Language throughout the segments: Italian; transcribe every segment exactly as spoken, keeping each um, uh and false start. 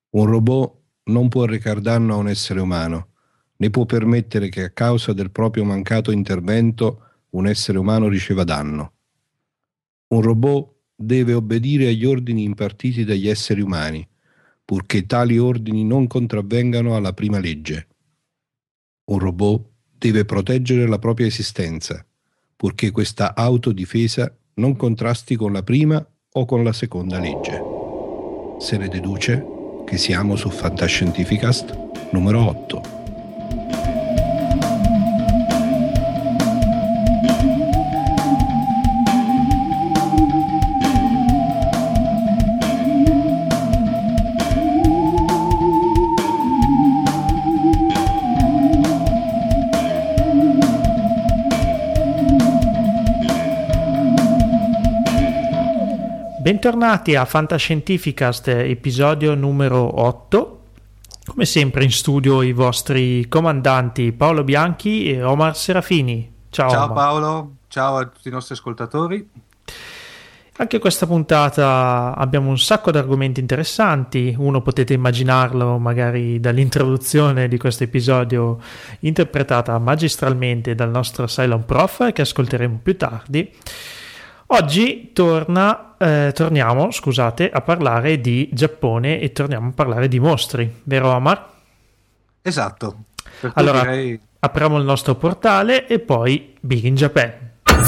Un robot non può recar danno a un essere umano, né può permettere che a causa del proprio mancato intervento un essere umano riceva danno. Un robot deve obbedire agli ordini impartiti dagli esseri umani, purché tali ordini non contravvengano alla prima legge. Un robot deve proteggere la propria esistenza, purché questa autodifesa non contrasti con la prima o con la seconda legge. Se ne deduce che siamo su Fantascientificast numero otto. Bentornati a Fantascientificast, episodio numero otto. Come sempre in studio i vostri comandanti Paolo Bianchi e Omar Serafini. Ciao, ciao Omar. Paolo, ciao a tutti i nostri ascoltatori. Anche questa puntata abbiamo un sacco di argomenti interessanti. Uno potete immaginarlo magari dall'introduzione di questo episodio, interpretata magistralmente dal nostro Cylon Prof, che ascolteremo più tardi. Oggi torna, eh, torniamo scusate, a parlare di Giappone e torniamo a parlare di mostri, vero Omar? Esatto. Per cui allora direi... apriamo il nostro portale e poi Big in Japan.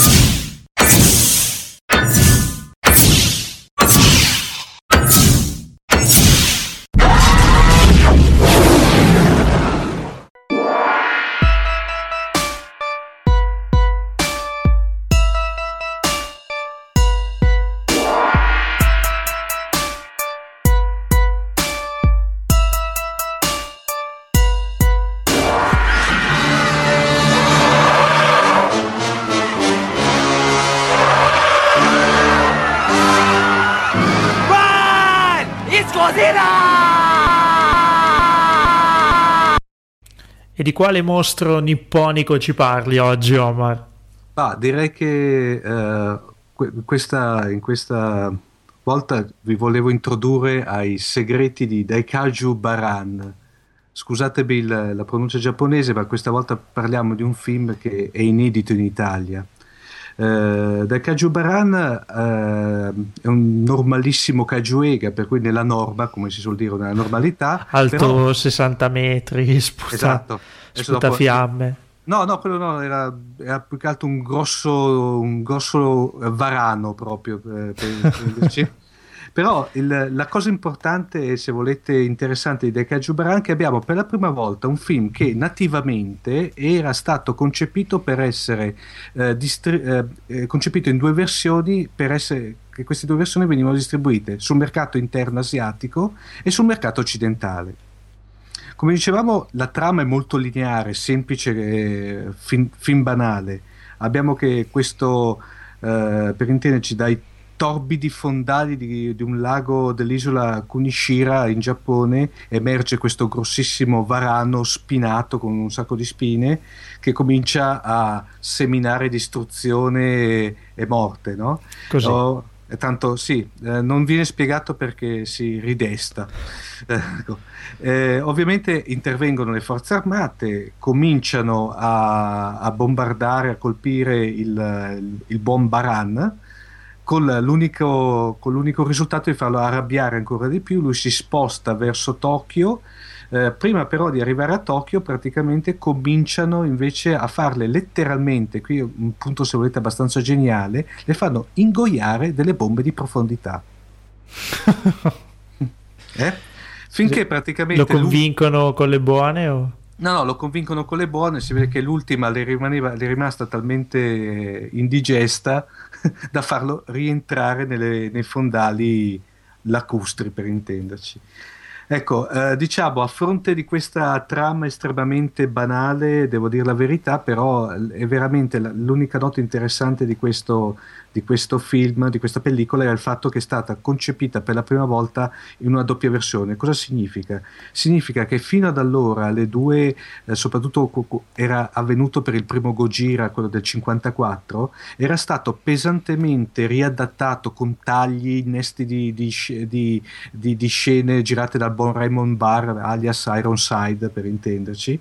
E di quale mostro nipponico ci parli oggi, Omar? Ah, direi che eh, questa, in questa volta vi volevo introdurre ai segreti di Daikaiju Baran. Scusatemi il, la pronuncia giapponese, ma questa volta parliamo di un film che è inedito in Italia. Uh, Daikaiju Baran uh, è un normalissimo kajuega, per cui nella norma, come si suol dire, nella normalità, alto però... sessanta metri, sputa, esatto. sputa dopo... fiamme. No, no, quello no, era, era più che altro un grosso, un grosso varano proprio per, per, per però il, la cosa importante, se volete, interessante di Daikaiju Baran, è che abbiamo per la prima volta un film che nativamente era stato concepito per essere eh, distri- eh, concepito in due versioni, per essere che queste due versioni venivano distribuite sul mercato interno asiatico e sul mercato occidentale. Come dicevamo, la trama è molto lineare, semplice, eh, fin, fin banale. Abbiamo che questo, eh, per intenderci, dai torbidi fondali di, di un lago dell'isola Kunishira in Giappone emerge questo grossissimo varano spinato con un sacco di spine che comincia a seminare distruzione e, e morte, no? Così. Oh, e tanto sì, eh, non viene spiegato perché si ridesta. Ecco. Eh, ovviamente intervengono le forze armate, cominciano a, a bombardare, a colpire il, il, il buon Baran, con l'unico, con l'unico risultato di farlo arrabbiare ancora di più. Lui si sposta verso Tokyo. Eh, prima però di arrivare a Tokyo praticamente cominciano invece a farle letteralmente, qui è un punto se volete abbastanza geniale, le fanno ingoiare delle bombe di profondità. eh? Finché praticamente lo convincono lui... con le buone o... No, no, lo convincono con le buone, si vede che l'ultima le, rimaneva, le è rimasta talmente indigesta da farlo rientrare nelle, nei fondali lacustri, per intenderci. Ecco, eh, diciamo, a fronte di questa trama estremamente banale, devo dire la verità, però è veramente l'unica nota interessante di questo, di questo film, di questa pellicola, era il fatto che è stata concepita per la prima volta in una doppia versione. Cosa significa? Significa che fino ad allora le due, eh, soprattutto era avvenuto per il primo Gojira, quello del cinquantaquattro, era stato pesantemente riadattato con tagli, innesti di, di, di, di, di scene girate dal buon Raymond Barr, alias Ironside per intenderci,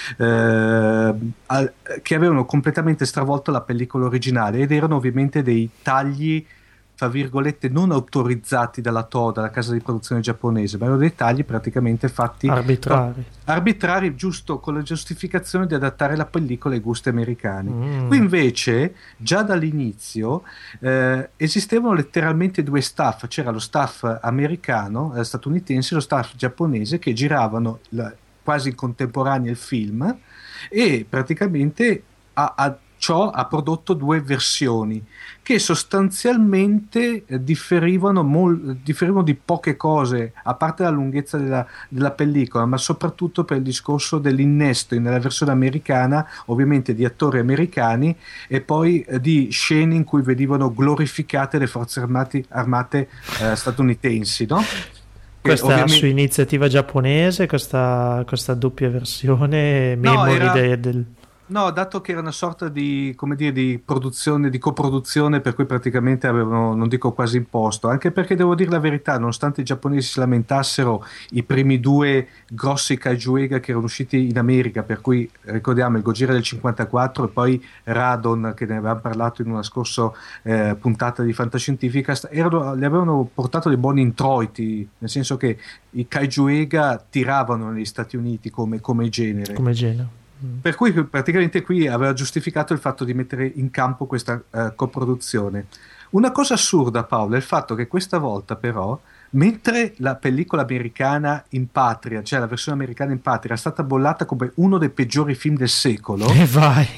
eh, al, che avevano completamente stravolto la pellicola originale, ed erano ovviamente dei tagli, fra virgolette, non autorizzati dalla Toda, la casa di produzione giapponese, ma erano dei tagli praticamente fatti arbitrari, arbitrari, giusto, con la giustificazione di adattare la pellicola ai gusti americani. Mm. Qui invece, già dall'inizio, eh, esistevano letteralmente due staff: c'era lo staff americano, eh, statunitense, e lo staff giapponese, che giravano la, quasi in contemporanea il film, e praticamente a, a ciò ha prodotto due versioni che sostanzialmente eh, differivano, mol- differivano di poche cose, a parte la lunghezza della, della pellicola, ma soprattutto per il discorso dell'innesto nella versione americana, ovviamente di attori americani, e poi eh, di scene in cui venivano glorificate le forze armati, armate eh, statunitensi, no? Questa ovviamente... su iniziativa giapponese, questa, questa doppia versione, No, memori era... de- del... No, dato che era una sorta di, come dire, di produzione, di coproduzione, per cui praticamente avevano, non dico quasi imposto, anche perché devo dire la verità, nonostante i giapponesi si lamentassero, i primi due grossi kaiju-ega che erano usciti in America, per cui ricordiamo il Gojira del cinquantaquattro e poi Radon, che ne avevamo parlato in una scorsa eh, puntata di Fantascientificast, erano, le avevano portato dei buoni introiti, nel senso che i kaiju-ega tiravano negli Stati Uniti come, come genere. Come genere. Per cui praticamente qui aveva giustificato il fatto di mettere in campo questa uh, coproduzione. Una cosa assurda, Paolo, è il fatto che questa volta però, mentre la pellicola americana in patria, cioè la versione americana in patria, è stata bollata come uno dei peggiori film del secolo, e vai.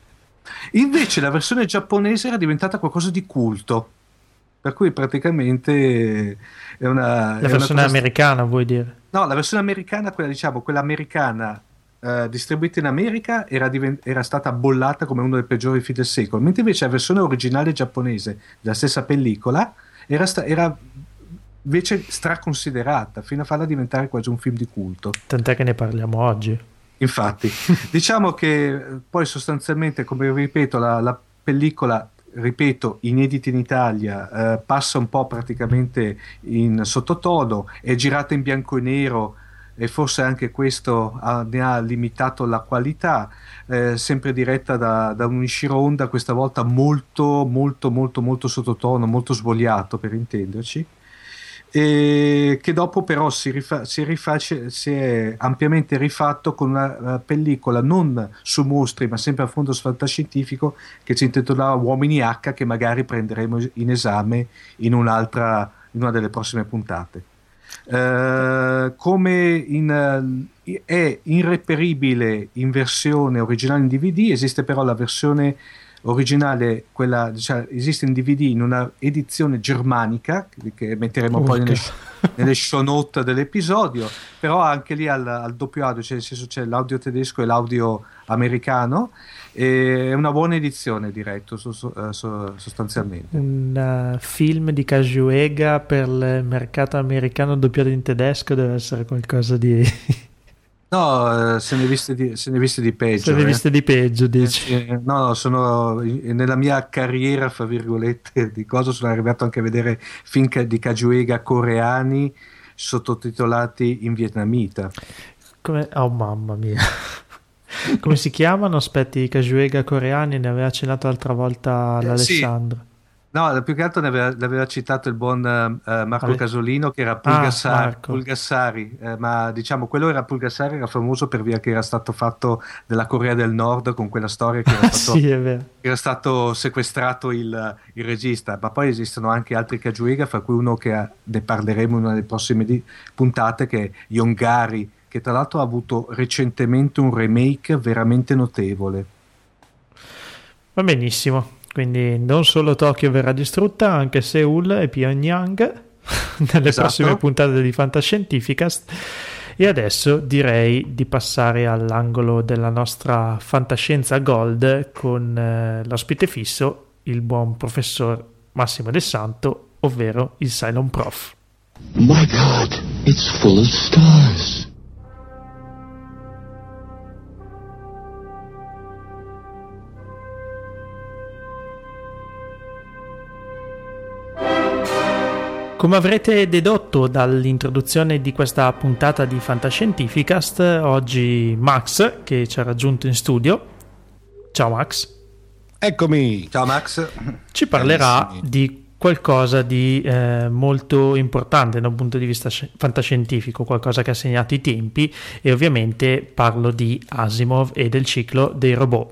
Invece la versione giapponese era diventata qualcosa di culto. Per cui praticamente è una... La è versione una cosa... americana, vuoi dire? No, la versione americana, quella diciamo, quella americana Uh, distribuita in America, era, diven- era stata bollata come uno dei peggiori film del secolo, mentre invece la versione originale giapponese della stessa pellicola era, sta- era invece straconsiderata, fino a farla diventare quasi un film di culto. Tant'è che ne parliamo oggi. Infatti, diciamo che poi sostanzialmente, come ripeto, la, la pellicola, ripeto, inedita in Italia, eh, passa un po' praticamente in sottotono, è girata in bianco e nero, e forse anche questo ha, ne ha limitato la qualità, eh, sempre diretta da, da un Ishiro Honda, questa volta molto molto molto molto sottotono, molto svogliato per intenderci, e che dopo però si, rifa, si, riface, si è ampiamente rifatto con una, una pellicola non su mostri ma sempre a fondo fantascientifico, che si intitolava Uomini H, che magari prenderemo in esame in un'altra, in una delle prossime puntate. Uh, come in, uh, è irreperibile in versione originale in D V D, esiste però la versione originale, quella, diciamo, esiste in D V D in una edizione germanica che, che metteremo Urca. poi nelle, nelle show note dell'episodio, però anche lì al, al doppio audio, cioè nel senso c'è l'audio tedesco e l'audio americano. È una buona edizione, direi, so, so, so, sostanzialmente. Un uh, film di Kaiju-ega per il mercato americano doppiato in tedesco deve essere qualcosa di... No, se ne viste di, se ne viste di peggio. Se ne eh. viste di peggio, dici? Eh, no, no, sono nella mia carriera, fra virgolette, di cosa sono arrivato anche a vedere film di Kaiju-ega coreani sottotitolati in vietnamita. Come... Oh mamma mia. Come si chiamano? Aspetti, i Kaiju-ega coreani, ne aveva accennato l'altra volta l'Alessandro. Eh, sì. No, più che altro ne aveva, l'aveva citato il buon uh, Marco Ale... Casolino, che era Pulgassari, ah, Pulgassari eh, ma diciamo quello era Pulgassari, era famoso per via che era stato fatto della Corea del Nord, con quella storia che era stato, sì, è vero. che era stato sequestrato il, il regista. Ma poi esistono anche altri Kaiju-ega, fra cui uno che ha, ne parleremo in una delle prossime di, puntate, che è Yongari, che tra l'altro ha avuto recentemente un remake veramente notevole. Va benissimo, quindi non solo Tokyo verrà distrutta, anche Seoul e Pyongyang nelle esatto. prossime puntate di Fantascientificast. E adesso direi di passare all'angolo della nostra fantascienza gold con eh, l'ospite fisso, il buon professor Massimo De Santo, ovvero il Cylon Prof. My God, it's full of stars. Come avrete dedotto dall'introduzione di questa puntata di Fantascientificast, oggi Max, che ci ha raggiunto in studio. Ciao Max. Eccomi. Ciao Max. Ci parlerà Bellissimi. di qualcosa di eh, molto importante da un punto di vista sci- fantascientifico, qualcosa che ha segnato i tempi, e ovviamente parlo di Asimov e del ciclo dei robot.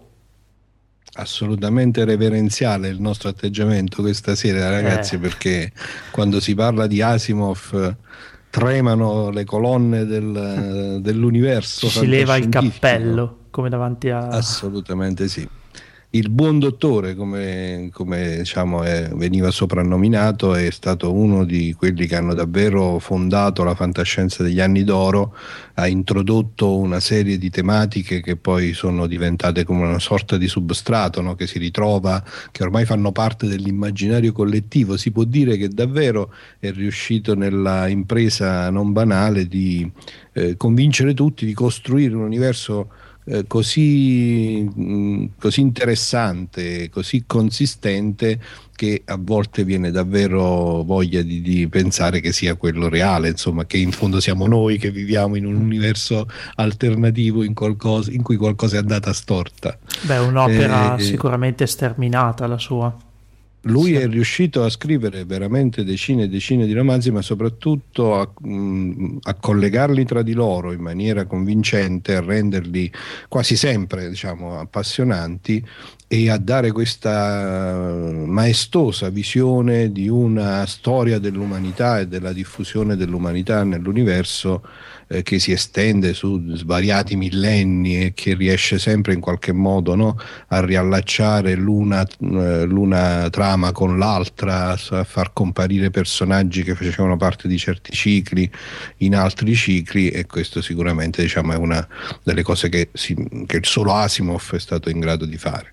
Assolutamente reverenziale il nostro atteggiamento questa sera, ragazzi, Eh. perché quando si parla di Asimov eh, tremano le colonne del, dell'universo Ci si leva il fantascientifico. cappello come davanti a... Assolutamente sì. Il buon dottore, come, come diciamo è, veniva soprannominato, è stato uno di quelli che hanno davvero fondato la fantascienza degli anni d'oro, ha introdotto una serie di tematiche che poi sono diventate come una sorta di substrato, no? Che si ritrova, che ormai fanno parte dell'immaginario collettivo. Si può dire che davvero è riuscito nella impresa non banale di eh, convincere tutti di costruire un universo Eh, così, mh, così interessante, così consistente, che a volte viene davvero voglia di, di pensare che sia quello reale, insomma, che in fondo siamo noi che viviamo in un universo alternativo in, qualcosa, in cui qualcosa è andata storta. Beh, un'opera Eh, sicuramente sterminata la sua. Lui Sì. è riuscito a scrivere veramente decine e decine di romanzi, ma soprattutto a, mh, a collegarli tra di loro in maniera convincente, a renderli quasi sempre, diciamo, appassionanti, e a dare questa maestosa visione di una storia dell'umanità e della diffusione dell'umanità nell'universo, eh, che si estende su svariati millenni e che riesce sempre in qualche modo, no, a riallacciare l'una, eh, l'una trama con l'altra, a far comparire personaggi che facevano parte di certi cicli in altri cicli, e questo sicuramente, diciamo, è una delle cose che, si, che solo Asimov è stato in grado di fare.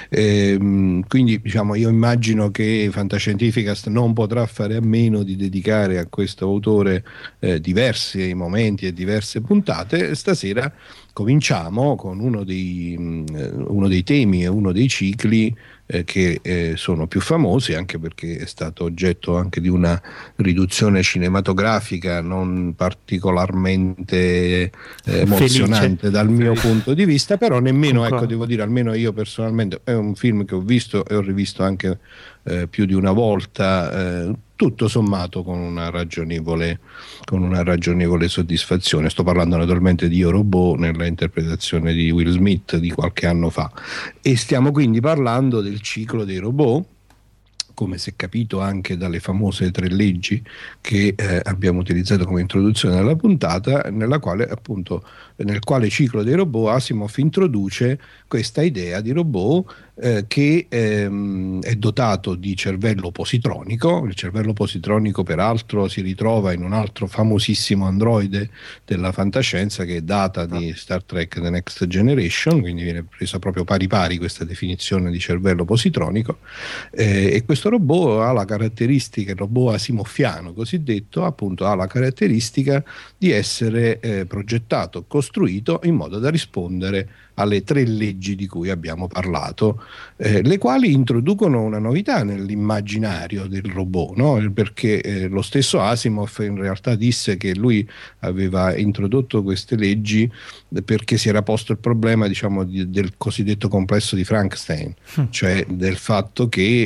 Ehm, quindi, diciamo, io immagino che Fantascientificast non potrà fare a meno di dedicare a questo autore eh, diversi momenti e diverse puntate. Stasera cominciamo con uno dei, mh, uno dei temi e uno dei cicli eh, che eh, sono più famosi, anche perché è stato oggetto anche di una riduzione cinematografica non particolarmente eh, emozionante Felice. dal mio Felice. punto di vista, però nemmeno, Concordo. ecco, devo dire, almeno io personalmente, è un film che ho visto e ho rivisto anche eh, più di una volta, eh, tutto sommato con una ragionevole con una ragionevole soddisfazione. Sto parlando naturalmente di Io Robot nella interpretazione di Will Smith di qualche anno fa, e stiamo quindi parlando del ciclo dei robot, come si è capito anche dalle famose tre leggi che eh, abbiamo utilizzato come introduzione alla puntata, nella quale appunto nel quale ciclo dei robot Asimov introduce questa idea di robot eh, che ehm, è dotato di cervello positronico. Il cervello positronico peraltro si ritrova in un altro famosissimo androide della fantascienza, che è Data di Star Trek The Next Generation, quindi viene presa proprio pari pari questa definizione di cervello positronico, eh, e questo robot ha la caratteristica, il robot asimoffiano cosiddetto, appunto ha la caratteristica di essere eh, progettato, costruito in modo da rispondere alle tre leggi di cui abbiamo parlato, eh, le quali introducono una novità nell'immaginario del robot, no? Perché eh, lo stesso Asimov in realtà disse che lui aveva introdotto queste leggi perché si era posto il problema, diciamo, di, del cosiddetto complesso di Frankenstein, mm. cioè del fatto che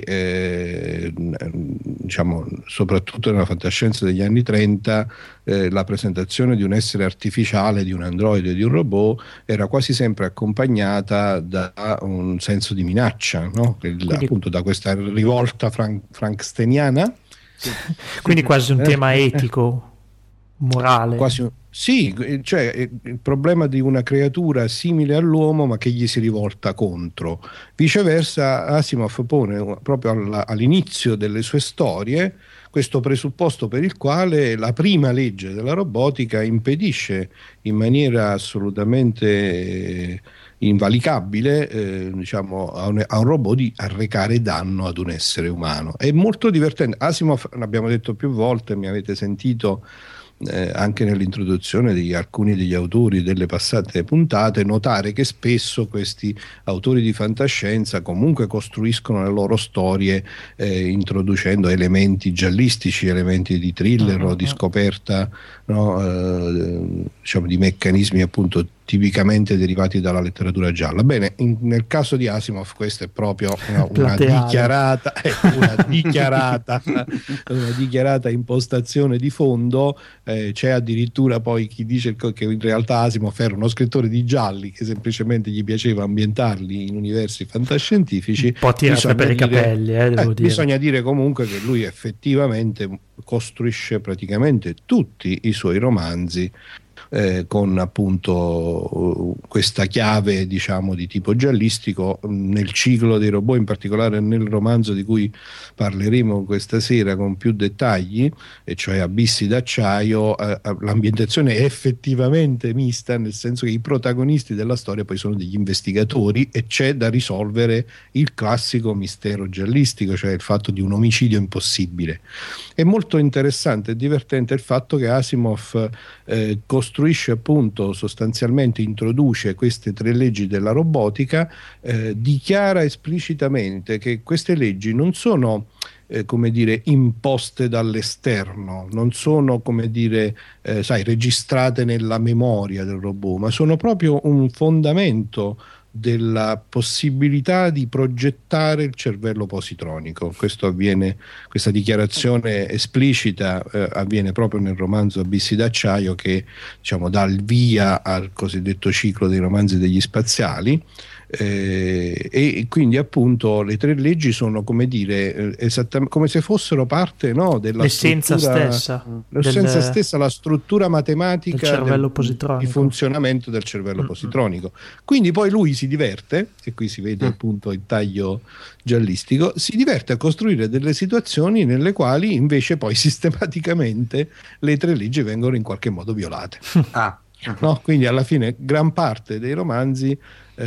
eh, diciamo, soprattutto nella fantascienza degli anni trenta, eh, la presentazione di un essere artificiale, di un androide, di un robot, era quasi sempre accompagnata da un senso di minaccia, no? Il, Quindi, appunto da questa rivolta fran- frankensteiniana. Sì. Quindi quasi un tema etico, morale. Quasi un, sì, cioè il problema di una creatura simile all'uomo ma che gli si rivolta contro. Viceversa, Asimov pone proprio alla, all'inizio delle sue storie questo presupposto per il quale la prima legge della robotica impedisce in maniera assolutamente eh, invalicabile eh, diciamo, a un, a un robot di arrecare danno ad un essere umano. È molto divertente. Asimov, l'abbiamo detto più volte, mi avete sentito eh, anche nell'introduzione di alcuni degli autori delle passate puntate, notare che spesso questi autori di fantascienza comunque costruiscono le loro storie eh, introducendo elementi giallistici, elementi di thriller uh-huh. o di scoperta, no, eh, diciamo di meccanismi appunto tipicamente derivati dalla letteratura gialla. Bene, in, nel caso di Asimov questa è proprio una, una dichiarata una dichiarata una dichiarata impostazione di fondo. Eh, c'è addirittura poi chi dice che in realtà Asimov era uno scrittore di gialli che semplicemente gli piaceva ambientarli in universi fantascientifici. Un po' tirate per i capelli, eh, devo eh, dire. Bisogna dire comunque che lui effettivamente costruisce praticamente tutti i suoi romanzi Eh, con appunto uh, questa chiave diciamo di tipo giallistico. Nel ciclo dei robot, in particolare nel romanzo di cui parleremo questa sera con più dettagli, e cioè Abissi d'acciaio, eh, l'ambientazione è effettivamente mista, nel senso che i protagonisti della storia poi sono degli investigatori e c'è da risolvere il classico mistero giallistico, cioè il fatto di un omicidio impossibile. È molto interessante e divertente il fatto che Asimov eh, costruisce appunto, sostanzialmente introduce queste tre leggi della robotica, eh, dichiara esplicitamente che queste leggi non sono eh, come dire imposte dall'esterno, non sono come dire eh, sai, registrate nella memoria del robot, ma sono proprio un fondamento della possibilità di progettare il cervello positronico. Questo avviene, questa dichiarazione esplicita eh, avviene proprio nel romanzo Abissi d'acciaio, che diciamo dà il via al cosiddetto ciclo dei romanzi degli spaziali. Eh, e quindi appunto le tre leggi sono come dire esattamente come se fossero parte, no, della l'essenza stessa l'essenza del, stessa la struttura matematica del cervello positronico, di funzionamento del cervello mm-hmm. positronico. Quindi poi lui si diverte, e qui si vede mm. appunto il taglio giallistico, si diverte a costruire delle situazioni nelle quali invece poi sistematicamente le tre leggi vengono in qualche modo violate. ah. No? Quindi alla fine gran parte dei romanzi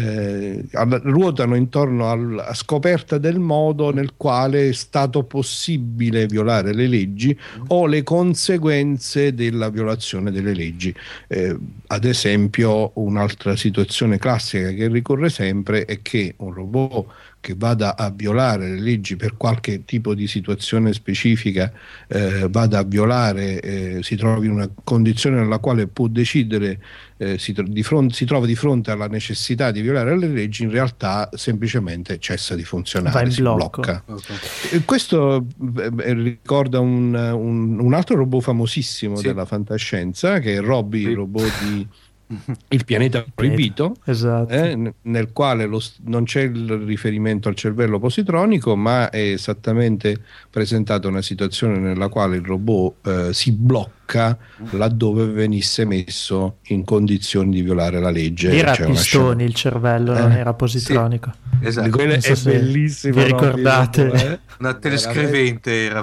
Eh, ruotano intorno alla scoperta del modo nel quale è stato possibile violare le leggi o le conseguenze della violazione delle leggi. Eh, ad esempio, un'altra situazione classica che ricorre sempre è che un robot che vada a violare le leggi per qualche tipo di situazione specifica, eh, vada a violare, eh, si trovi in una condizione nella quale può decidere, eh, si, di fronte, si trova di fronte alla necessità di violare le leggi, in realtà semplicemente cessa di funzionare, si blocco. blocca. Okay. Questo eh, ricorda un, un, un altro robot famosissimo sì. della fantascienza, che è Robbie, sì. il robot di Il pianeta proibito, esatto. eh, nel quale lo, non c'è il riferimento al cervello positronico, ma è esattamente presentata una situazione nella quale il robot eh, si blocca laddove venisse messo in condizioni di violare la legge. Era a pistoni il cervello, eh? non era positronico. Sì, esatto. Quello è so bellissimo. Vi ricordate? No? Eh? Una telescrivente era.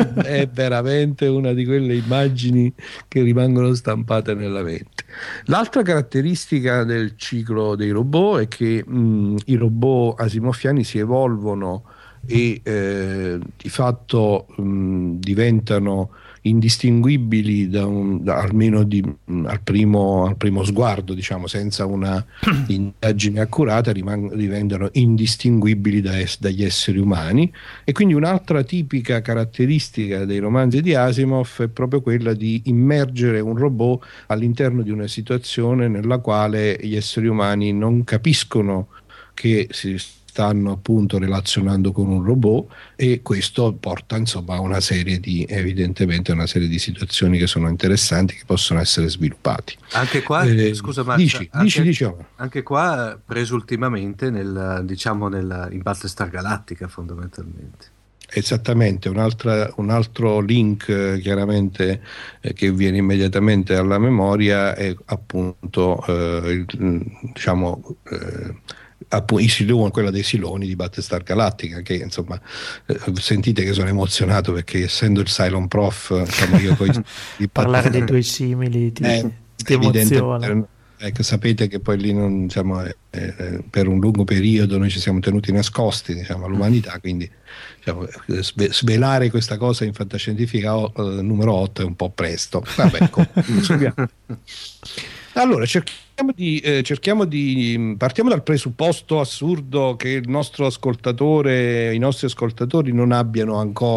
È veramente una di quelle immagini che rimangono stampate nella mente. L'altra caratteristica del ciclo dei robot è che mh, i robot asimoviani si evolvono e eh, di fatto mh, diventano indistinguibili da un, da, almeno di, mh, al, primo, al primo sguardo, diciamo, senza una indagine accurata rimang- diventano indistinguibili da es- dagli esseri umani. E quindi un'altra tipica caratteristica dei romanzi di Asimov è proprio quella di immergere un robot all'interno di una situazione nella quale gli esseri umani non capiscono che si stanno appunto relazionando con un robot, e questo porta insomma a una serie di evidentemente una serie di situazioni che sono interessanti, che possono essere sviluppati. Anche qua eh, scusa Marcia, dici, anche, dici, dici, anche qua preso ultimamente nel, diciamo nel, in Battlestar Galactica fondamentalmente. Esattamente, un'altra, un altro link eh, chiaramente eh, che viene immediatamente alla memoria è appunto eh, il, diciamo eh, appunto, i siloni, quella dei siloni di Battlestar Galactica, che insomma eh, sentite che sono emozionato perché essendo il Cylon Prof, insomma, io poi parlare dei tuoi simili ti, eh, ti emoziona. Per, Ecco, sapete che poi lì non, diciamo, eh, eh, per un lungo periodo noi ci siamo tenuti nascosti, diciamo, all'umanità, quindi diciamo, sve- svelare questa cosa in fantascientifica o- eh, numero otto è un po' presto. Vabbè, comunque, allora cerchiamo di, eh, cerchiamo di partiamo dal presupposto assurdo che il nostro ascoltatore, i nostri ascoltatori non abbiano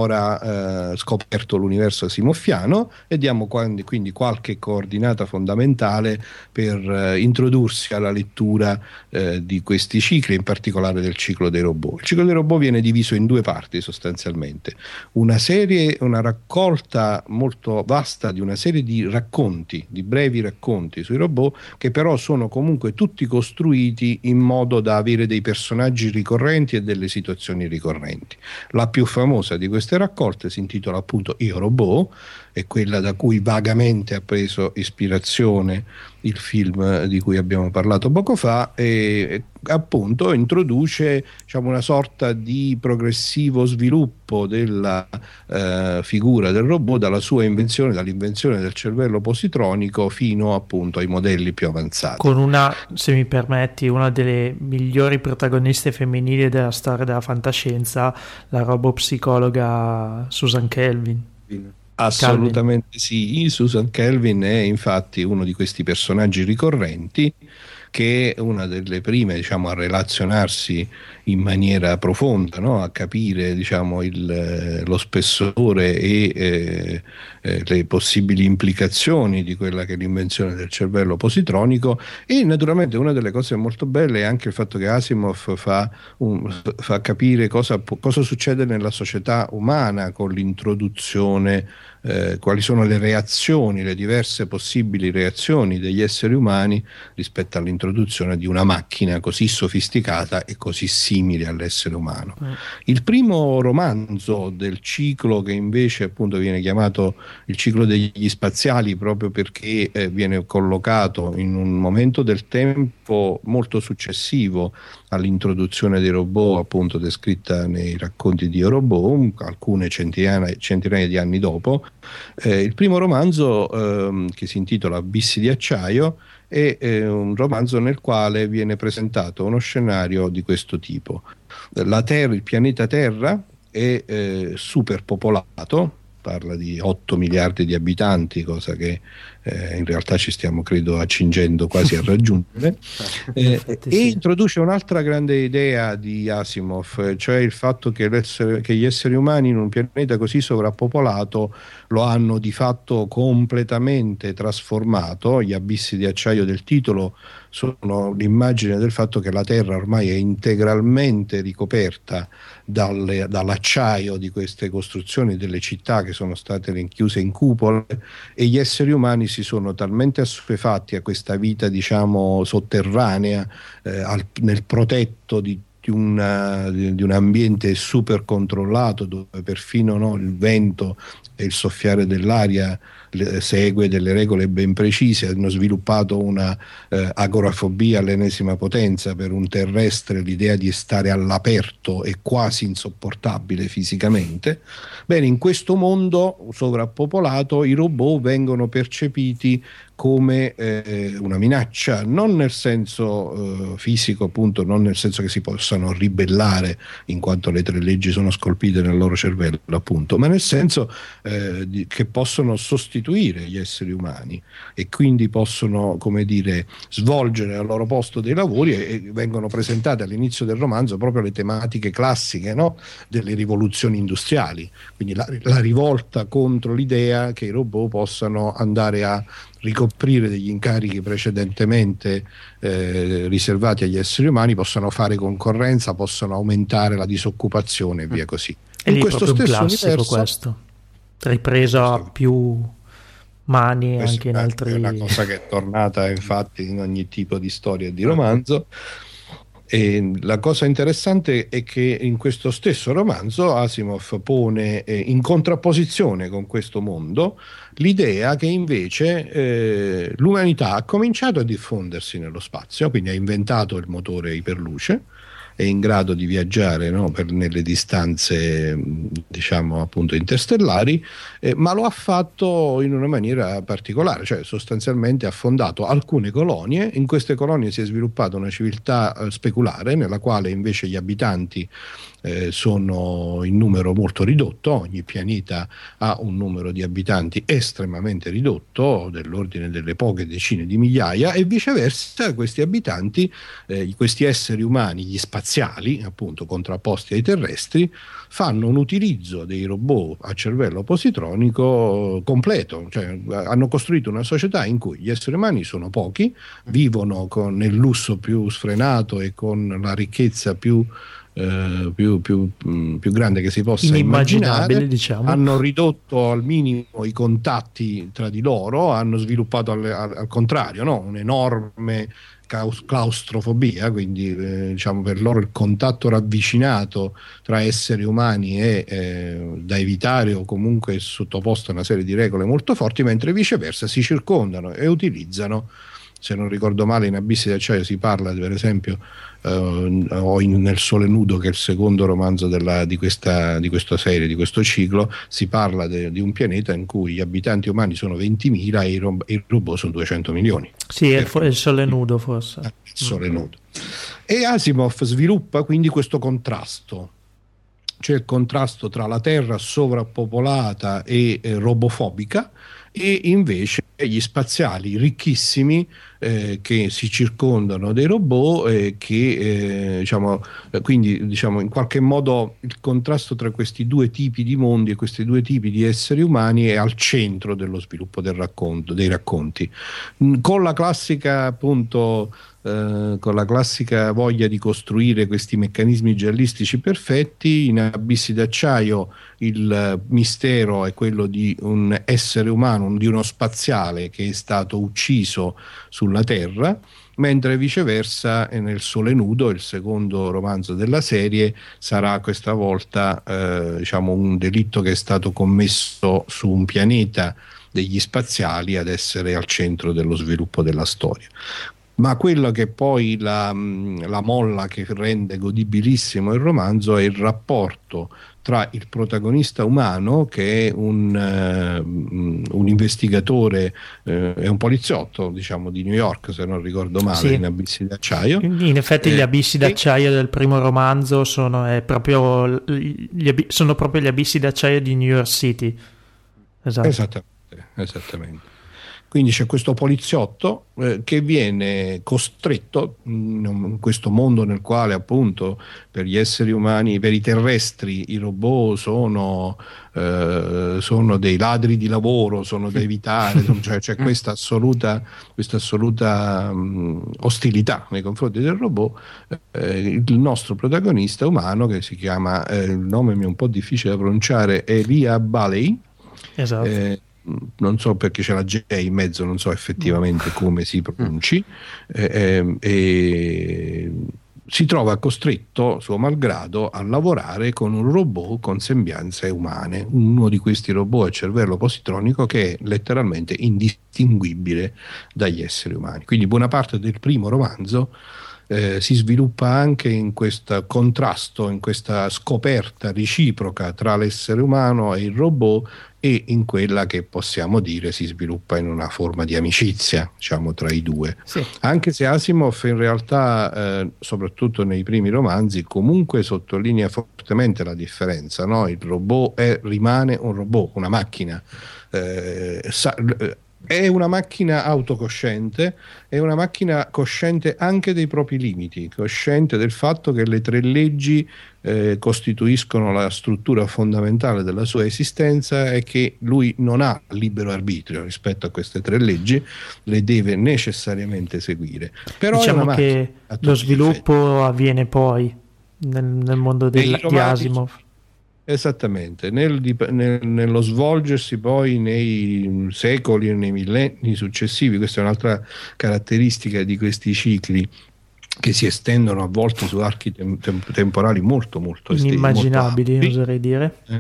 ancora eh, scoperto l'universo asimoffiano, e diamo quindi, quindi qualche coordinata fondamentale per eh, introdursi alla lettura eh, di questi cicli, in particolare del ciclo dei robot. Il ciclo dei robot viene diviso in due parti sostanzialmente: una serie, una raccolta molto vasta di una serie di racconti, di brevi racconti sui robot, che però sono comunque tutti costruiti in modo da avere dei personaggi ricorrenti e delle situazioni ricorrenti. La più famosa di queste raccolte si intitola appunto Io Robot, è quella da cui vagamente ha preso ispirazione il film di cui abbiamo parlato poco fa, e appunto introduce, diciamo, una sorta di progressivo sviluppo della eh, figura del robot dalla sua invenzione, dall'invenzione del cervello positronico fino appunto ai modelli più avanzati. Con una, se mi permetti, una delle migliori protagoniste femminili della storia della fantascienza, la robopsicologa Susan Kelvin. Assolutamente sì, Susan Kelvin è infatti uno di questi personaggi ricorrenti, che è una delle prime, diciamo, a relazionarsi in maniera profonda, no? A capire, diciamo, il, lo spessore e eh, eh, le possibili implicazioni di quella che è l'invenzione del cervello positronico. E naturalmente una delle cose molto belle è anche il fatto che Asimov fa, un, fa capire cosa, cosa succede nella società umana con l'introduzione, eh, quali sono le reazioni, le diverse possibili reazioni degli esseri umani rispetto all'introduzione di una macchina così sofisticata e così simile all'essere umano. Mm. Il primo romanzo del ciclo, che invece appunto viene chiamato il ciclo degli spaziali proprio perché eh, viene collocato in un momento del tempo molto successivo all'introduzione dei robot, appunto descritta nei racconti di Io Robot, alcune centinaia, centinaia di anni dopo. Eh, il primo romanzo, ehm, che si intitola Abissi di acciaio, è eh, un romanzo nel quale viene presentato uno scenario di questo tipo. La Terra, il pianeta Terra è eh, superpopolato, parla di otto miliardi di abitanti, cosa che eh, in realtà ci stiamo, credo, accingendo quasi a raggiungere, eh, e introduce un'altra grande idea di Asimov, cioè il fatto che, che gli esseri umani in un pianeta così sovrappopolato lo hanno di fatto completamente trasformato. Gli abissi di acciaio del titolo sono l'immagine del fatto che la Terra ormai è integralmente ricoperta dalle, dall'acciaio di queste costruzioni delle città che sono state rinchiuse in cupole, e gli esseri umani si sono talmente assuefatti a questa vita, diciamo, sotterranea, eh, al, nel protetto di Di, una, di, di un ambiente super controllato, dove perfino, no, il vento e il soffiare dell'aria le, segue delle regole ben precise. Hanno sviluppato una eh, agorafobia all'ennesima potenza. Per un terrestre l'idea di stare all'aperto è quasi insopportabile fisicamente. Bene, in questo mondo sovrappopolato i robot vengono percepiti come eh, una minaccia, non nel senso eh, fisico, appunto, non nel senso che si possano ribellare in quanto le tre leggi sono scolpite nel loro cervello, appunto, ma nel senso eh, di, che possono sostituire gli esseri umani e quindi possono, come dire, svolgere al loro posto dei lavori, e, e vengono presentate all'inizio del romanzo proprio le tematiche classiche, no? Delle rivoluzioni industriali, quindi la, la rivolta contro l'idea che i robot possano andare a ricoprire degli incarichi precedentemente eh, riservati agli esseri umani, possano fare concorrenza, possono aumentare la disoccupazione e via così. E in lì questo stesso un classico universo, questo ripreso a più mani anche in altri. È una cosa che è tornata infatti in ogni tipo di storia e di romanzo. E la cosa interessante è che in questo stesso romanzo Asimov pone eh, in contrapposizione con questo mondo l'idea che invece eh, l'umanità ha cominciato a diffondersi nello spazio, quindi ha inventato il motore iperluce, è in grado di viaggiare, no, per, nelle distanze diciamo appunto interstellari, eh, ma lo ha fatto in una maniera particolare, cioè sostanzialmente ha fondato alcune colonie. In queste colonie si è sviluppata una civiltà eh, speculare, nella quale invece gli abitanti eh, sono in numero molto ridotto. Ogni pianeta ha un numero di abitanti estremamente ridotto, dell'ordine delle poche decine di migliaia, e viceversa questi abitanti, eh, questi esseri umani, gli spaziali, appunto contrapposti ai terrestri, fanno un utilizzo dei robot a cervello positronico completo, cioè hanno costruito una società in cui gli esseri umani sono pochi, vivono con, nel lusso più sfrenato e con la ricchezza più Uh, più, più, mh, più grande che si possa immaginare, diciamo. Hanno ridotto al minimo i contatti tra di loro, hanno sviluppato al, al, al contrario, no? Un'enorme claustrofobia, quindi eh, diciamo per loro il contatto ravvicinato tra esseri umani è eh, da evitare, o comunque è sottoposto a una serie di regole molto forti, mentre viceversa si circondano e utilizzano, se non ricordo male in Abissi d'acciaio si parla per esempio Uh, o in, nel Sole nudo, che è il secondo romanzo della, di, questa, di questa serie, di questo ciclo, si parla de, di un pianeta in cui gli abitanti umani sono ventimila e i, ro- i robot sono duecento milioni. Sì, è il, il Sole nudo forse. Il Sole nudo. E Asimov sviluppa quindi questo contrasto, cioè il contrasto tra la Terra sovrappopolata e eh, robofobica, e invece gli spaziali ricchissimi eh, che si circondano dei robot, eh, che eh, diciamo eh, quindi diciamo in qualche modo il contrasto tra questi due tipi di mondi e questi due tipi di esseri umani è al centro dello sviluppo del racconto, dei racconti, con la classica appunto Uh, con la classica voglia di costruire questi meccanismi giallistici perfetti. In Abissi d'acciaio il mistero è quello di un essere umano, di uno spaziale che è stato ucciso sulla Terra, mentre viceversa nel Sole nudo, il secondo romanzo della serie, sarà questa volta uh, diciamo un delitto che è stato commesso su un pianeta degli spaziali ad essere al centro dello sviluppo della storia. Ma quello che poi la, la molla che rende godibilissimo il romanzo è il rapporto tra il protagonista umano, che è un, uh, un investigatore, uh, è un poliziotto diciamo di New York, se non ricordo male, sì. In Abissi d'acciaio. In effetti eh, gli abissi d'acciaio e... del primo romanzo sono, è proprio gli ab- sono proprio gli abissi d'acciaio di New York City. Esatto. Esattamente, esattamente. Quindi c'è questo poliziotto eh, che viene costretto in, in questo mondo nel quale appunto per gli esseri umani, per i terrestri, i robot sono, eh, sono dei ladri di lavoro, sono da evitare, cioè c'è questa assoluta, questa assoluta um, ostilità nei confronti del robot. Eh, il nostro protagonista umano, che si chiama, eh, il nome mi è un po' difficile da pronunciare, Elia Baley. Esatto. Eh, non so perché c'è la J in mezzo, non so effettivamente come si pronunci, eh, eh, si trova costretto, suo malgrado, a lavorare con un robot con sembianze umane, uno di questi robot a cervello positronico che è letteralmente indistinguibile dagli esseri umani. Quindi buona parte del primo romanzo Eh, si sviluppa anche in questo contrasto, in questa scoperta reciproca tra l'essere umano e il robot, e in quella che possiamo dire si sviluppa in una forma di amicizia, diciamo, tra i due. Sì. Anche se Asimov in realtà, eh, soprattutto nei primi romanzi, comunque sottolinea fortemente la differenza, no? Il robot è, rimane un robot, una macchina. Eh, sa, È una macchina autocosciente, è una macchina cosciente anche dei propri limiti, cosciente del fatto che le tre leggi eh, costituiscono la struttura fondamentale della sua esistenza, e che lui non ha libero arbitrio rispetto a queste tre leggi, le deve necessariamente seguire. Però diciamo è che lo sviluppo difetti. avviene poi nel, nel mondo del, di Asimov. Esattamente, nel, nel, nello svolgersi poi nei secoli e nei millenni successivi. Questa è un'altra caratteristica di questi cicli, che si estendono a volte su archi tem- tem- temporali molto molto inimmaginabili, molto oserei dire. Eh.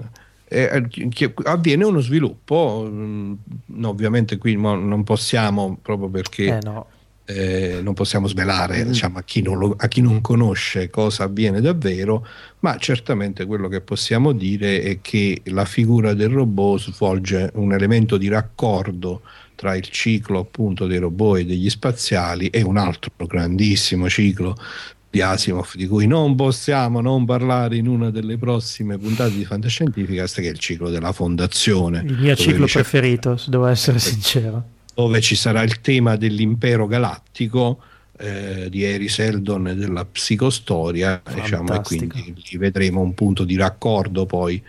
Eh, che avviene uno sviluppo, mh, ovviamente qui mo non possiamo, proprio perché eh no. eh, non possiamo svelare, diciamo, a chi non lo, a chi non conosce cosa avviene davvero, ma certamente quello che possiamo dire è che la figura del robot svolge un elemento di raccordo tra il ciclo appunto dei robot e degli spaziali e un altro grandissimo ciclo di Asimov di cui non possiamo non parlare in una delle prossime puntate di Fantascientificast, che è il ciclo della fondazione, il mio ciclo preferito, se devo essere sincero, dove ci sarà il tema dell'impero galattico eh, di Eri Seldon e della psicostoria, diciamo, e quindi lì vedremo un punto di raccordo poi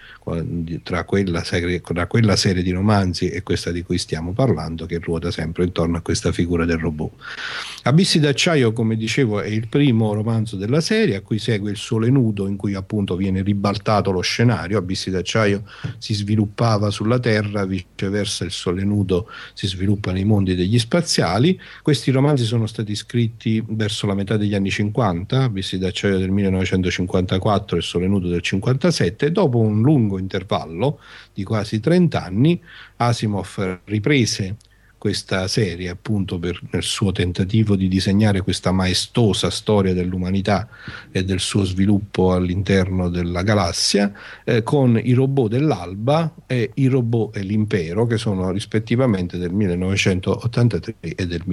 tra quella, serie, tra quella serie di romanzi e questa di cui stiamo parlando, che ruota sempre intorno a questa figura del robot. Abissi d'acciaio, come dicevo, è il primo romanzo della serie, a cui segue Il Sole Nudo, in cui appunto viene ribaltato lo scenario. Abissi d'acciaio si sviluppava sulla Terra, viceversa Il Sole Nudo si sviluppa nei mondi degli spaziali. Questi romanzi sono stati scritti verso la metà degli anni cinquanta, Abissi d'acciaio del millenovecentocinquantaquattro e Il Sole Nudo del cinquantasette. Dopo un lungo intervallo di quasi trenta anni, Asimov riprese questa serie appunto per, nel suo tentativo di disegnare questa maestosa storia dell'umanità e del suo sviluppo all'interno della galassia, eh, con i robot dell'Alba e i robot e l'impero, che sono rispettivamente del millenovecentottantatré e del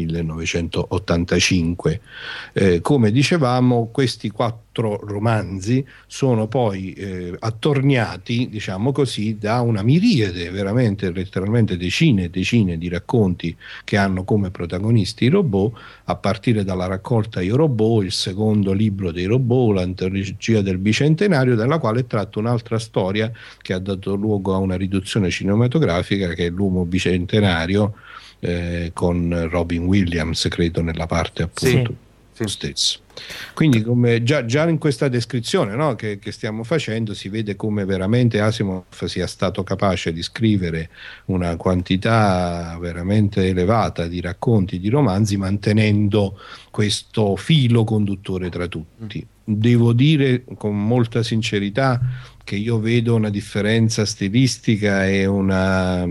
millenovecentottantacinque. Eh, come dicevamo, questi quattro romanzi sono poi eh, attorniati, diciamo così, da una miriade, veramente letteralmente decine e decine di racconti che hanno come protagonisti i robot, a partire dalla raccolta Io Robot, il secondo libro dei robot, l'antologia del bicentenario, dalla quale è tratta un'altra storia che ha dato luogo a una riduzione cinematografica, che è L'uomo bicentenario, eh, con Robin Williams, credo, nella parte appunto sì. stesso. Quindi come già, già in questa descrizione, no, che, che stiamo facendo, si vede come veramente Asimov sia stato capace di scrivere una quantità veramente elevata di racconti, di romanzi, mantenendo questo filo conduttore tra tutti. Devo dire con molta sincerità che io vedo una differenza stilistica e una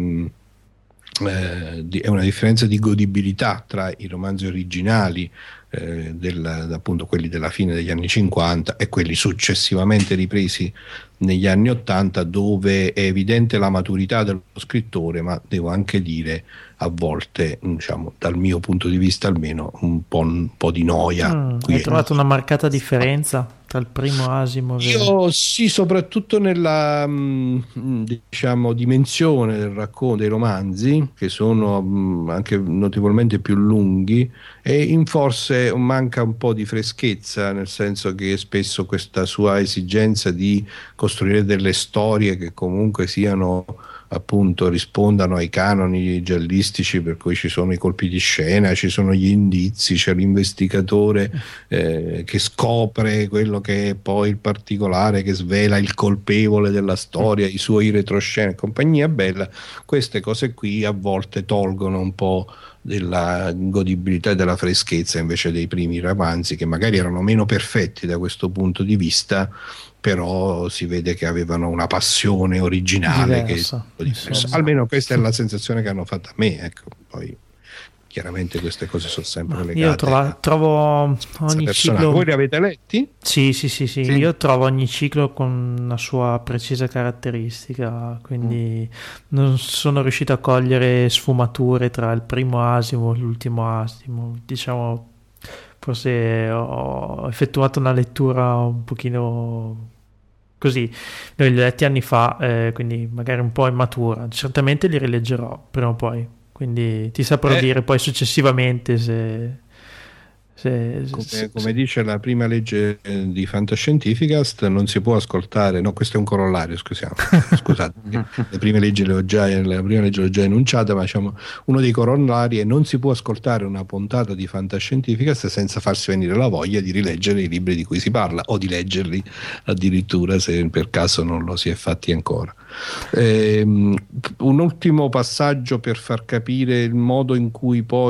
Eh, di, è una differenza di godibilità tra i romanzi originali, eh, del, appunto quelli della fine degli anni cinquanta, e quelli successivamente ripresi negli anni ottanta, dove è evidente la maturità dello scrittore, ma devo anche dire a volte, diciamo, dal mio punto di vista almeno, un po', un po' di noia. Mm, hai trovato una marcata differenza tra il primo Asimov? Io sì, soprattutto nella mh, diciamo dimensione del racconto dei romanzi, che sono mh, anche notevolmente più lunghi, e in forse manca un po' di freschezza, nel senso che spesso questa sua esigenza di costruire delle storie che comunque siano, appunto, rispondano ai canoni giallistici, per cui ci sono i colpi di scena, ci sono gli indizi, c'è l'investigatore eh, che scopre quello che è poi il particolare, che svela il colpevole della storia, i suoi retroscena e compagnia bella. Queste cose qui a volte tolgono un po' della godibilità e della freschezza invece dei primi romanzi, che magari erano meno perfetti da questo punto di vista, però si vede che avevano una passione originale diversa, che diversa. Almeno questa è la sensazione che hanno fatto a me, ecco. Poi chiaramente queste cose sono sempre legate. Io trovo, trovo ogni ciclo. Voi li avete letti? Sì, sì, sì, sì, sì. Io trovo ogni ciclo con una sua precisa caratteristica, quindi mm. non sono riuscito a cogliere sfumature tra il primo Asimov e l'ultimo Asimov. Diciamo, forse ho effettuato una lettura un pochino così, noi li ho letti anni fa, eh, quindi magari un po' immatura. Certamente li rileggerò prima o poi, quindi ti saprò eh. dire poi successivamente se, se, come, se, come se... dice la prima legge di Fantascientificast, non si può ascoltare, no, questo è un corollario, scusiamo, scusate, le prime leggi le ho già, la prima legge l'ho già enunciata, ma diciamo uno dei corollari è: non si può ascoltare una puntata di Fantascientificast senza farsi venire la voglia di rileggere i libri di cui si parla, o di leggerli addirittura se per caso non lo si è fatti ancora. Ehm, un ultimo passaggio per far capire il modo in cui poi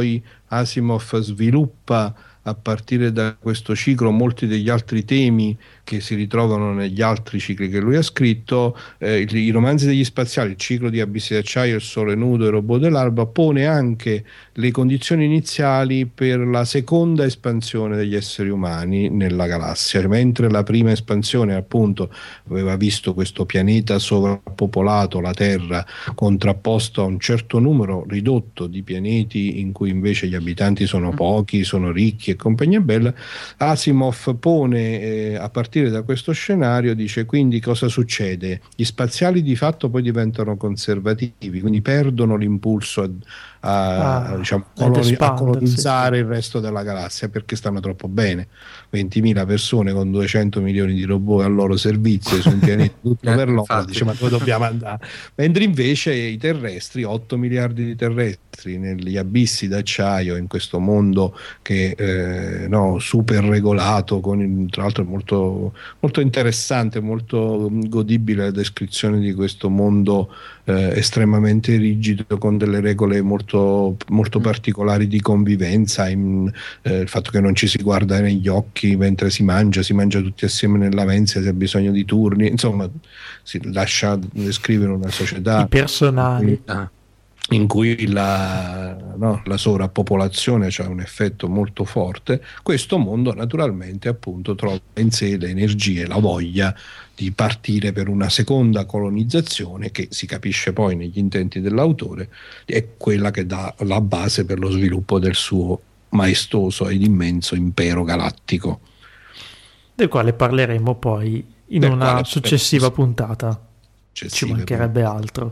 Asimov sviluppa a partire da questo ciclo molti degli altri temi che si ritrovano negli altri cicli che lui ha scritto. Eh, i, i romanzi degli spaziali, il ciclo di Abissi d'acciaio, Il sole nudo e il robot dell'alba, pone anche le condizioni iniziali per la seconda espansione degli esseri umani nella galassia. Mentre la prima espansione appunto aveva visto questo pianeta sovrappopolato, la Terra, contrapposto a un certo numero ridotto di pianeti in cui invece gli abitanti sono pochi, sono ricchi e compagnia bella, Asimov pone eh, a partire da questo scenario, dice: quindi cosa succede? Gli spaziali di fatto poi diventano conservativi, quindi perdono l'impulso a, a, ah, diciamo, coloni- a colonizzare sì, sì. il resto della galassia, perché stanno troppo bene. ventimila persone con duecento milioni di robot al loro servizio su un pianeta tutto per loro, dice: ma dove dobbiamo andare? Mentre invece i terrestri, otto miliardi di terrestri negli abissi d'acciaio, in questo mondo che eh, no, super regolato, con, tra l'altro molto molto interessante, molto godibile la descrizione di questo mondo eh, estremamente rigido, con delle regole molto, molto particolari di convivenza, in, eh, il fatto che non ci si guarda negli occhi mentre si mangia, si mangia tutti assieme nella mensa, si ha bisogno di turni, insomma si lascia descrivere una società i personali in cui la, no, la sovrappopolazione ha un effetto molto forte. Questo mondo naturalmente appunto trova in sé le energie, la voglia di partire per una seconda colonizzazione, che si capisce poi negli intenti dell'autore è quella che dà la base per lo sviluppo del suo maestoso ed immenso impero galattico, del quale parleremo poi in del una successiva puntata. Ci mancherebbe altro.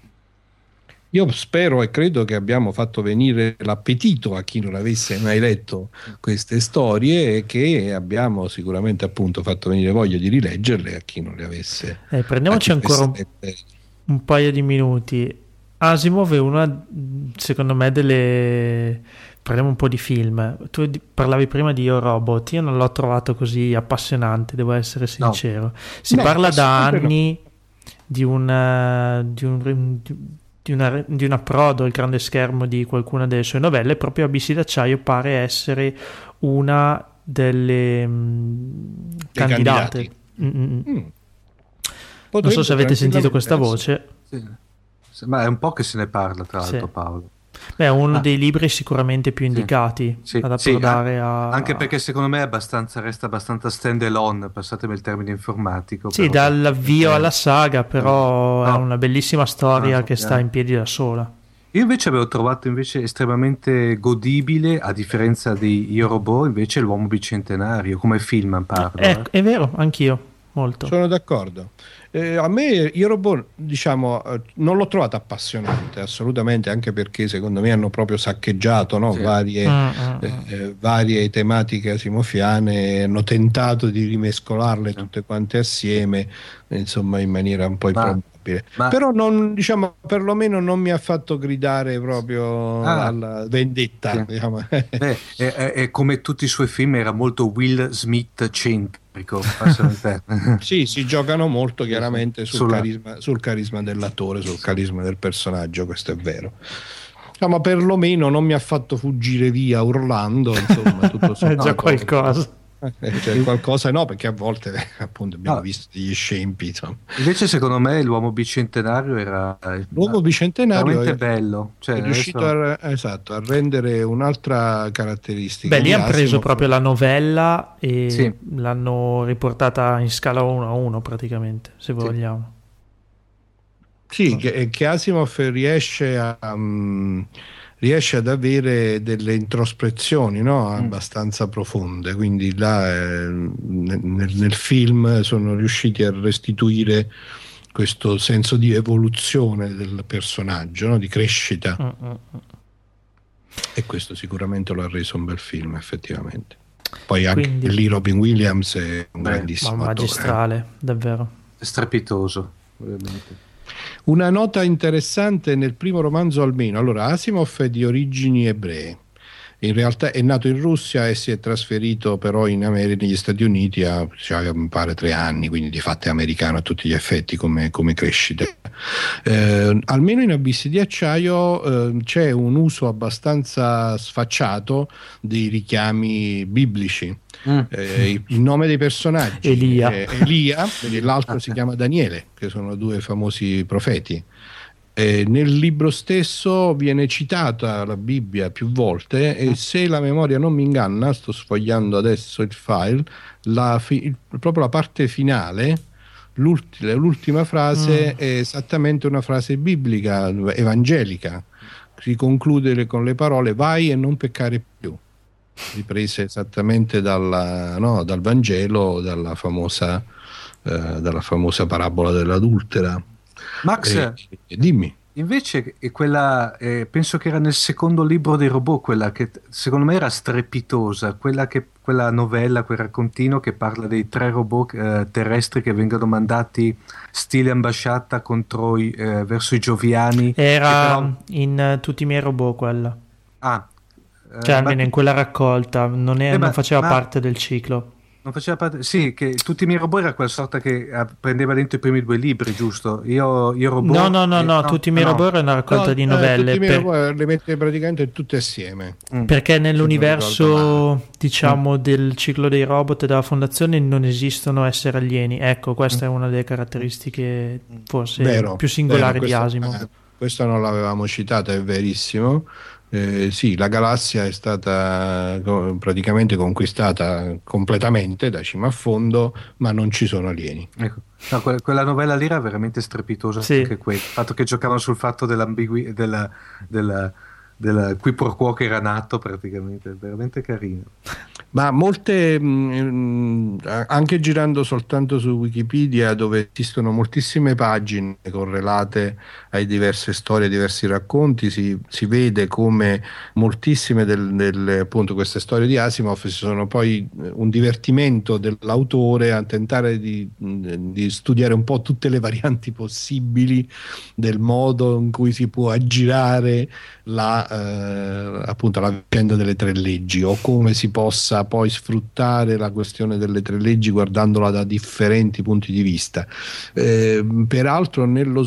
Io spero e credo che abbiamo fatto venire l'appetito a chi non avesse mai letto queste storie, e che abbiamo sicuramente appunto fatto venire voglia di rileggerle a chi non le avesse. Eh, prendiamoci ancora un, un paio di minuti. Asimov è una, secondo me, delle... Parliamo un po' di film. Tu parlavi prima di Io Robot, io non l'ho trovato così appassionante, devo essere sincero. No. Si no, parla da anni no. di un... Di un di Di, una, di un approdo al grande schermo di qualcuna delle sue novelle. Proprio Abissi d'acciaio pare essere una delle mh, candidate. Mm. Non so se avete sentito questa voce. Sì. Ma è un po' che se ne parla, tra l'altro, sì. Paolo. Beh, è uno ah. dei libri sicuramente più indicati sì. Sì. ad approdare sì, a... Anche perché secondo me è abbastanza, resta abbastanza stand alone, passatemi il termine informatico. Sì, però. Dall'avvio alla saga, però no. è una bellissima storia no, che sta in piedi da sola. Io invece avevo trovato invece estremamente godibile, a differenza di Io Robot, invece L'uomo bicentenario, come film parlo. È, eh. è vero, anch'io, molto. Sono d'accordo. Eh, a me Io Robot, diciamo, eh, non l'ho trovato appassionante assolutamente, anche perché secondo me hanno proprio saccheggiato, no? sì. varie, mm, mm, eh, varie tematiche asimofiane, hanno tentato di rimescolarle sì. tutte quante assieme, insomma, in maniera un po' improbabile. Ma... però non, diciamo, perlomeno non mi ha fatto gridare proprio ah, alla vendetta, sì. diciamo. Beh, è, è, è come tutti i suoi film, era molto Will Smith centrico. Sì, si giocano molto chiaramente sul, Sulla... carisma, sul carisma dell'attore, sul carisma del personaggio, questo è vero. No, ma perlomeno non mi ha fatto fuggire via urlando, insomma, tutto è già qualcosa. Cioè, qualcosa no, perché a volte appunto abbiamo no. visto degli scempi, insomma. Invece secondo me L'uomo bicentenario era l'uomo bicentenario veramente è, bello, cioè, è riuscito adesso... a, esatto, a rendere un'altra caratteristica. Beh, lì hanno preso proprio la novella e sì. l'hanno riportata in scala uno a uno praticamente, se sì. vogliamo. Sì, no. che, che Asimov riesce a um, riesce ad avere delle introspezioni, no? abbastanza mm. profonde, quindi là eh, nel, nel film sono riusciti a restituire questo senso di evoluzione del personaggio, no? di crescita, mm, mm, mm. e questo sicuramente lo ha reso un bel film, effettivamente. Poi anche quindi, lì Robin Williams è un beh, grandissimo ma magistrale, attore. Davvero strepitoso, ovviamente. Una nota interessante nel primo romanzo almeno, allora Asimov è di origini ebree, in realtà è nato in Russia e si è trasferito però in America, negli Stati Uniti, a cioè, mi pare tre anni, quindi di fatto è americano a tutti gli effetti come, come crescita. Eh, almeno in Abissi di acciaio eh, c'è un uso abbastanza sfacciato dei richiami biblici. Mm. Eh, il nome dei personaggi Elia, è Elia e l'altro si chiama Daniele, che sono due famosi profeti. Eh, nel libro stesso viene citata la Bibbia più volte e se la memoria non mi inganna, sto sfogliando adesso il file, la fi- il, proprio la parte finale, l'ultima, l'ultima frase mm. è esattamente una frase biblica, evangelica, si conclude con le parole vai e non peccare più, riprese esattamente dalla, no, dal Vangelo, dalla famosa, eh, dalla famosa parabola dell'adultera. Max, eh, dimmi. Invece quella, eh, penso che era nel secondo libro dei robot, quella che secondo me era strepitosa, quella, che, quella novella, quel raccontino che parla dei tre robot eh, terrestri che vengono mandati stile ambasciata contro i, eh, verso i Gioviani. Era però... in uh, tutti i miei robot quella. Ah. Cioè eh, almeno ma... in quella raccolta, non, è, eh, non faceva ma... parte del ciclo. Non faceva parte, sì, che tutti i miei robot era quella sorta che prendeva dentro i primi due libri, giusto? Io, io robot. No, no, no, no, no tutti i miei no. robot era una raccolta no, di novelle. Eh, tutti i miei per... robot le mette praticamente tutte assieme. Mm. Perché nell'universo, diciamo, mm. del ciclo dei robot e della fondazione non esistono esseri alieni. Ecco, questa mm. è una delle caratteristiche forse vero, più singolari vero, di questa, Asimov. Eh, questo non l'avevamo citata, è verissimo. Eh, sì, la galassia è stata praticamente conquistata completamente da cima a fondo, ma non ci sono alieni. Ecco. No, que- quella novella lì era veramente strepitosa, sì. Anche quella. Il fatto che giocavano sul fatto dell'ambiguità, della, della, della qui pro quo che era nato praticamente, veramente carino. Ma molte, mh, anche girando soltanto su Wikipedia, dove esistono moltissime pagine correlate ai diverse storie, ai diversi racconti, si, si vede come moltissime delle del, appunto queste storie di Asimov sono poi un divertimento dell'autore a tentare di, di studiare un po' tutte le varianti possibili del modo in cui si può aggirare la, eh, appunto la vicenda delle tre leggi, o come si possa poi sfruttare la questione delle tre leggi guardandola da differenti punti di vista. Eh, peraltro nello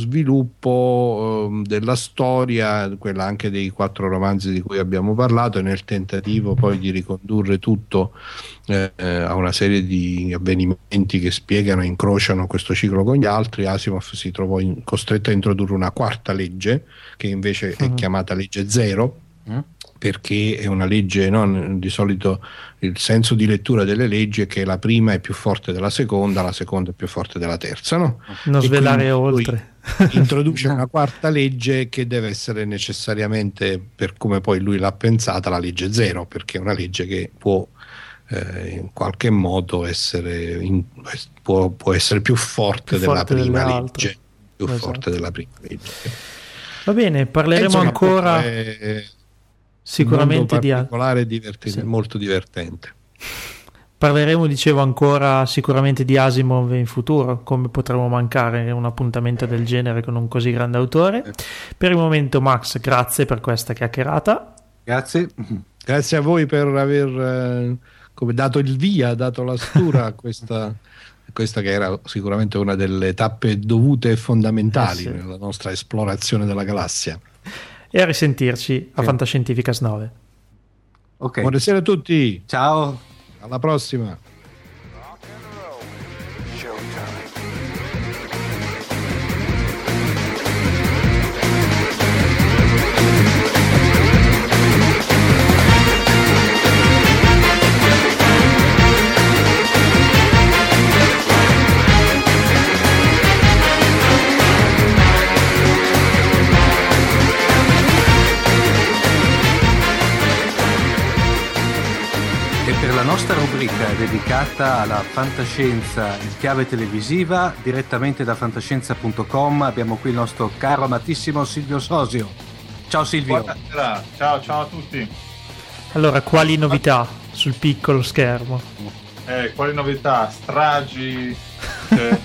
sviluppo eh, della storia, quella anche dei quattro romanzi di cui abbiamo parlato, e nel tentativo poi di ricondurre tutto eh, a una serie di avvenimenti che spiegano e incrociano questo ciclo con gli altri, Asimov si trovò in, costretto a introdurre una quarta legge che invece uh-huh. è chiamata legge zero, uh-huh. perché è una legge, no? Di solito il senso di lettura delle leggi è che la prima è più forte della seconda, la seconda è più forte della terza, no? Non svelare oltre. Introduce una quarta legge che deve essere necessariamente, per come poi lui l'ha pensata, la legge zero, perché è una legge che può eh, in qualche modo essere in, può, può essere più forte, più della forte prima legge, più esatto. forte della prima legge. Va bene, parleremo insomma, ancora è, sicuramente di particolare, divertente, sì. molto divertente. Parleremo, dicevo, ancora sicuramente di Asimov in futuro, come potremo mancare un appuntamento del genere con un così grande autore. Eh. Per il momento, Max, grazie per questa chiacchierata. Grazie. Grazie a voi per aver eh, come dato il via, dato la stura a questa, questa che era sicuramente una delle tappe dovute e fondamentali eh sì. nella nostra esplorazione della galassia. E a risentirci a sì. Fantascientificast nove. Okay. Buonasera a tutti. Ciao. Alla prossima. La nostra rubrica è dedicata alla fantascienza in chiave televisiva, direttamente da fantascienza punto com. Abbiamo qui il nostro caro amatissimo Silvio Sosio. Ciao Silvio. Buonasera, ciao ciao a tutti. Allora, quali novità sul piccolo schermo? Eh, quali novità? Stragi. Eh,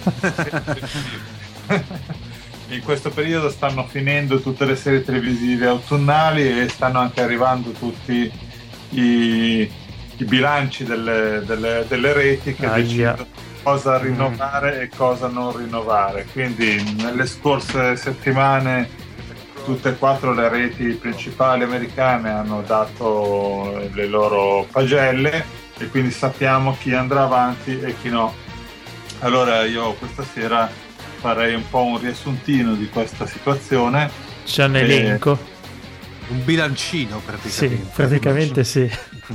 in questo periodo stanno finendo tutte le serie televisive autunnali e stanno anche arrivando tutti i, i bilanci delle, delle, delle reti che ah, decidono yeah. cosa rinnovare mm. e cosa non rinnovare. Quindi nelle scorse settimane tutte e quattro le reti principali americane hanno dato le loro pagelle e quindi sappiamo chi andrà avanti e chi no. Allora io questa sera farei un po' un riassuntino di questa situazione. C'è un elenco, un bilancino praticamente. Sì, praticamente sì.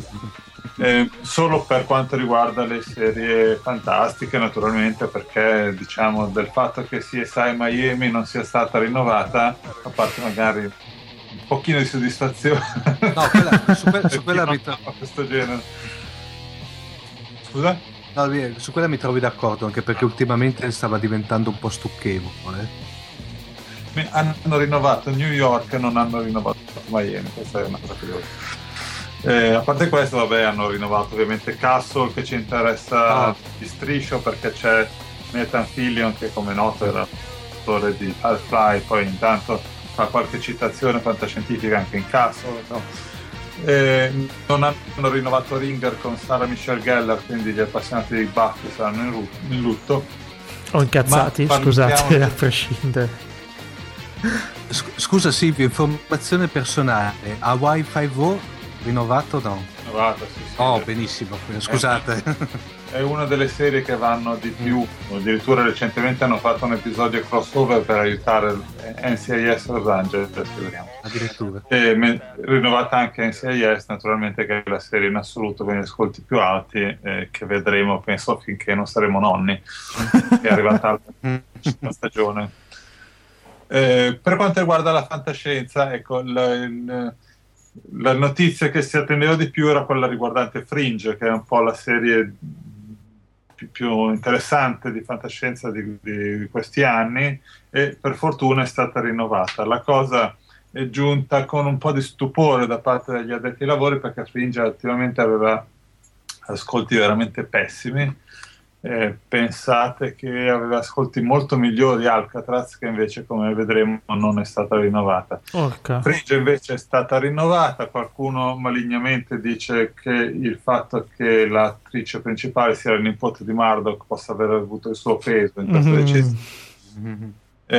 Eh, solo per quanto riguarda le serie fantastiche, naturalmente, perché diciamo del fatto che C S I Miami non sia stata rinnovata, a parte magari un pochino di soddisfazione. No, quella, su, que- su quella mi trovo questo genere. Scusa? No, su quella mi trovi d'accordo, anche perché ultimamente stava diventando un po' stucchevole. Hanno rinnovato New York e non hanno rinnovato Miami, questa è una cosa curiosa. Eh, a parte questo, vabbè, hanno rinnovato ovviamente Castle, che ci interessa di striscio perché c'è Nathan Fillion che, come noto, era l'autore di Firefly, poi intanto fa qualche citazione fantascientifica anche in Castle, no? Eh, non hanno rinnovato Ringer con Sarah Michelle Gellar, quindi gli appassionati di Buffy saranno in, ru- in lutto o incazzati, scusate, a prescindere. Scusa Silvio, informazione personale, Hawaii Five-O rinnovato o no? Rinnovato, sì, sì. Oh, benissimo, scusate. È una delle serie che vanno di più, addirittura recentemente hanno fatto un episodio crossover per aiutare N C I S Los Angeles, addirittura. E me, rinnovata anche N C I S, naturalmente, che è la serie in assoluto con gli ascolti più alti, eh, che vedremo penso finché non saremo nonni, che è arrivata la stagione. Eh, per quanto riguarda la fantascienza, ecco, il, il, la notizia che si attendeva di più era quella riguardante Fringe, che è un po' la serie più, più interessante di fantascienza di, di, di questi anni, e per fortuna è stata rinnovata. La cosa è giunta con un po' di stupore da parte degli addetti ai lavori, perché Fringe ultimamente aveva ascolti veramente pessimi. Eh, pensate che aveva ascolti molto migliori Alcatraz, che invece, come vedremo, non è stata rinnovata. Orca. Fringe invece è stata rinnovata. Qualcuno malignamente dice che il fatto che l'attrice principale sia la nipote di Murdoch possa aver avuto il suo peso in questa mm-hmm. decisione. Mm-hmm.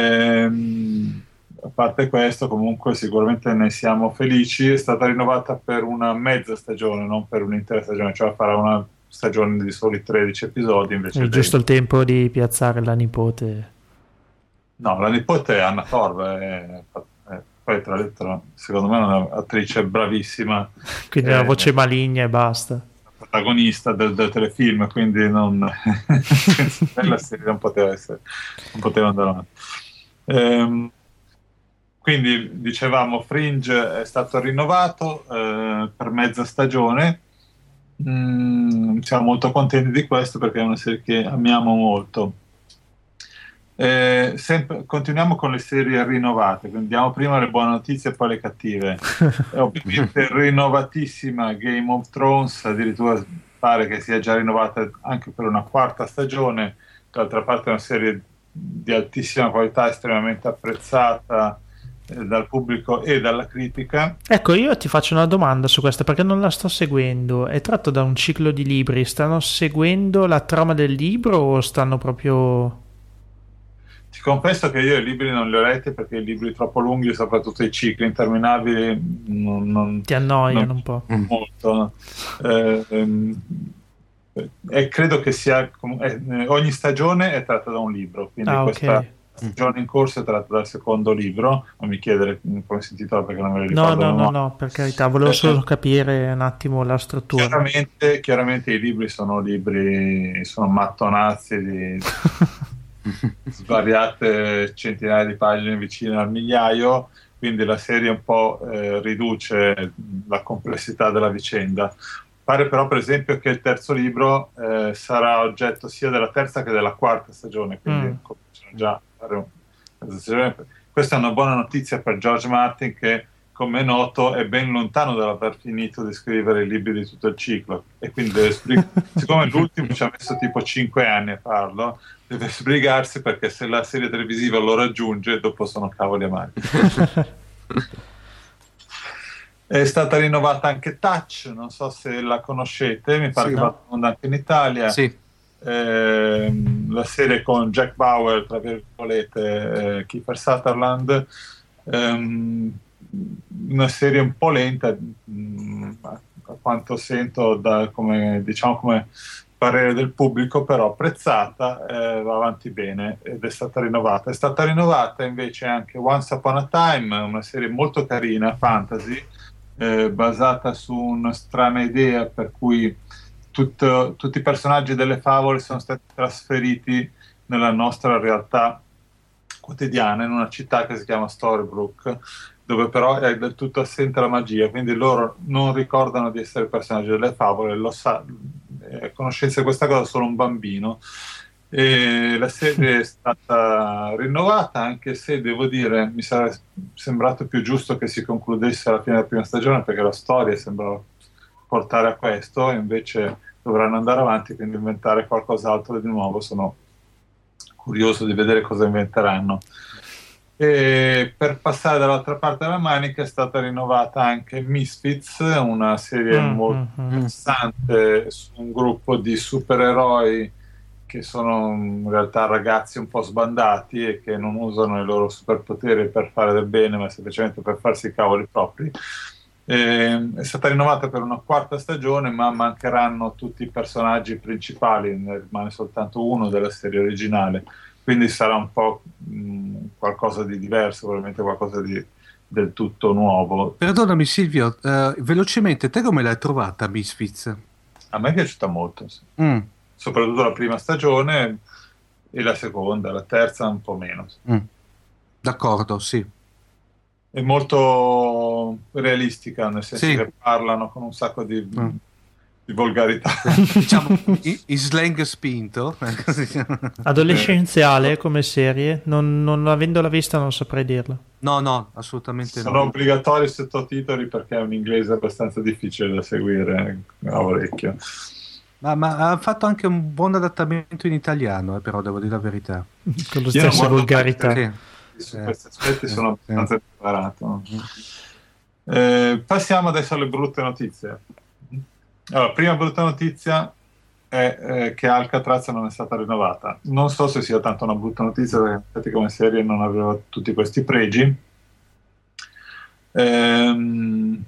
Ehm, a parte questo, comunque sicuramente ne siamo felici. È stata rinnovata per una mezza stagione, non per un'intera stagione, cioè farà una stagione di soli tredici episodi invece. È dei... giusto il tempo di piazzare la nipote. No, la nipote è Anna Torv, è, è, poi tra l'altro secondo me è un'attrice bravissima, quindi è una voce maligna e basta, protagonista del, del telefilm, quindi non la serie non poteva essere, non poteva andare avanti. Ehm, quindi dicevamo, Fringe è stato rinnovato eh, per mezza stagione. Mm, siamo molto contenti di questo perché è una serie che amiamo molto. Eh, sempre, continuiamo con le serie rinnovate, quindi diamo prima le buone notizie e poi le cattive. eh, ovviamente rinnovatissima Game of Thrones, addirittura pare che sia già rinnovata anche per una quarta stagione. D'altra parte è una serie di altissima qualità, estremamente apprezzata dal pubblico e dalla critica. Ecco, io ti faccio una domanda su questa perché non la sto seguendo. È tratto da un ciclo di libri, stanno seguendo la trama del libro o stanno proprio... Ti confesso che io i libri non li ho letti perché i libri troppo lunghi, soprattutto i cicli interminabili, non, non ti annoiano non, un po'. Molto. Eh, ehm, e credo che sia eh, ogni stagione è tratta da un libro, quindi ah, questa okay. stagione in corso è tratta dal secondo libro. Non mi chiedere come si intitola perché non me lo ricordo. No, no, no, no, per carità, volevo solo capire un attimo la struttura. Chiaramente, chiaramente i libri sono libri, sono mattonazzi di svariate centinaia di pagine vicine al migliaio, quindi la serie un po' eh, riduce la complessità della vicenda. Pare però, per esempio, che il terzo libro eh, sarà oggetto sia della terza che della quarta stagione, quindi mm. cominciano già a fare una stagione. Questa è una buona notizia per George Martin, che, come è noto, è ben lontano dall'aver finito di scrivere i libri di tutto il ciclo, e quindi deve sbrig- siccome l'ultimo ci ha messo tipo cinque anni a farlo, deve sbrigarsi, perché se la serie televisiva lo raggiunge dopo sono cavoli amari. È stata rinnovata anche Touch, non so se la conoscete, mi pare Sì, che no. va in onda anche in Italia. Sì. Ehm, la serie con Jack Bauer, tra virgolette, eh, Kiefer Sutherland, ehm, una serie un po' lenta, mh, a quanto sento da come, diciamo, come parere del pubblico, però apprezzata, eh, va avanti bene ed è stata rinnovata. È stata rinnovata invece anche Once Upon a Time, una serie molto carina, fantasy, eh, basata su una strana idea per cui tutto, tutti i personaggi delle favole sono stati trasferiti nella nostra realtà quotidiana, in una città che si chiama Storybrooke, dove però è del tutto assente la magia, quindi loro non ricordano di essere personaggi delle favole, lo sa, è a conoscenza di questa cosa solo un bambino. E la serie è stata rinnovata, anche se devo dire mi sarebbe sembrato più giusto che si concludesse alla fine della prima stagione, perché la storia sembrava portare a questo, invece dovranno andare avanti, quindi inventare qualcos'altro di nuovo. Sono curioso di vedere cosa inventeranno. E per passare dall'altra parte della manica è stata rinnovata anche Misfits, una serie Mm, molto mm, mm. interessante su un gruppo di supereroi che sono in realtà ragazzi un po' sbandati e che non usano i loro superpoteri per fare del bene, ma semplicemente per farsi i cavoli propri. E, è stata rinnovata per una quarta stagione, ma mancheranno tutti i personaggi principali, ne rimane soltanto uno della serie originale, quindi sarà un po' mh, qualcosa di diverso, probabilmente qualcosa di del tutto nuovo. Perdonami Silvio, eh, velocemente, te come l'hai trovata Misfits? A me è piaciuta molto, sì. Mm, Soprattutto la prima stagione e la seconda, la terza un po' meno. mm. D'accordo, sì. È molto realistica, nel senso Sì. che parlano con un sacco di, Mm. di volgarità. Diciamo in, in slang spinto. Adolescenziale come serie, non, non avendola vista non saprei dirla. No, no, assolutamente Sono no. obbligatori i sottotitoli perché è un inglese abbastanza difficile da seguire a orecchio. Ma, ma ha fatto anche un buon adattamento in italiano, eh, però devo dire la verità. Con lo Io non stesso guardo volgarità. Sì. Su Eh, questi aspetti sì, sono sì. abbastanza preparato. Eh, passiamo adesso alle brutte notizie. Allora, prima brutta notizia è eh, che Alcatraz non è stata rinnovata. Non so se sia tanto una brutta notizia, perché infatti come serie non aveva tutti questi pregi. Ehm,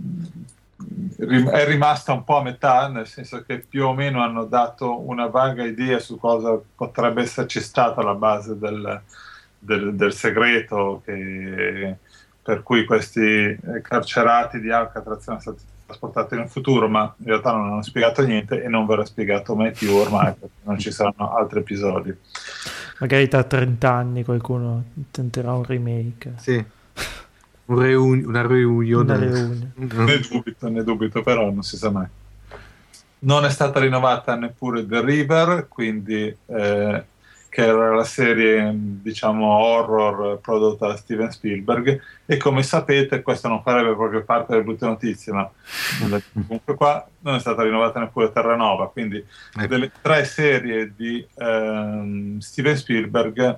rim- è rimasta un po' a metà, nel senso che più o meno hanno dato una vaga idea su cosa potrebbe esserci stata la base del, del, del segreto che, per cui questi eh, carcerati di Alcatraz sono stati trasportati nel futuro, ma in realtà non hanno spiegato niente e non verrà spiegato mai più ormai, perché non ci saranno altri episodi. Magari tra trenta anni qualcuno tenterà un remake. Sì. Un reuni- una reunione. Una reunione. Ne dubito, ne dubito, però non si sa mai. Non è stata rinnovata neppure The River, quindi eh, che era la serie, diciamo, horror prodotta da Steven Spielberg, e come sapete questo non farebbe proprio parte delle brutte notizie, ma comunque qua non è stata rinnovata neppure Terranova, quindi Ecco. delle tre serie di ehm, Steven Spielberg,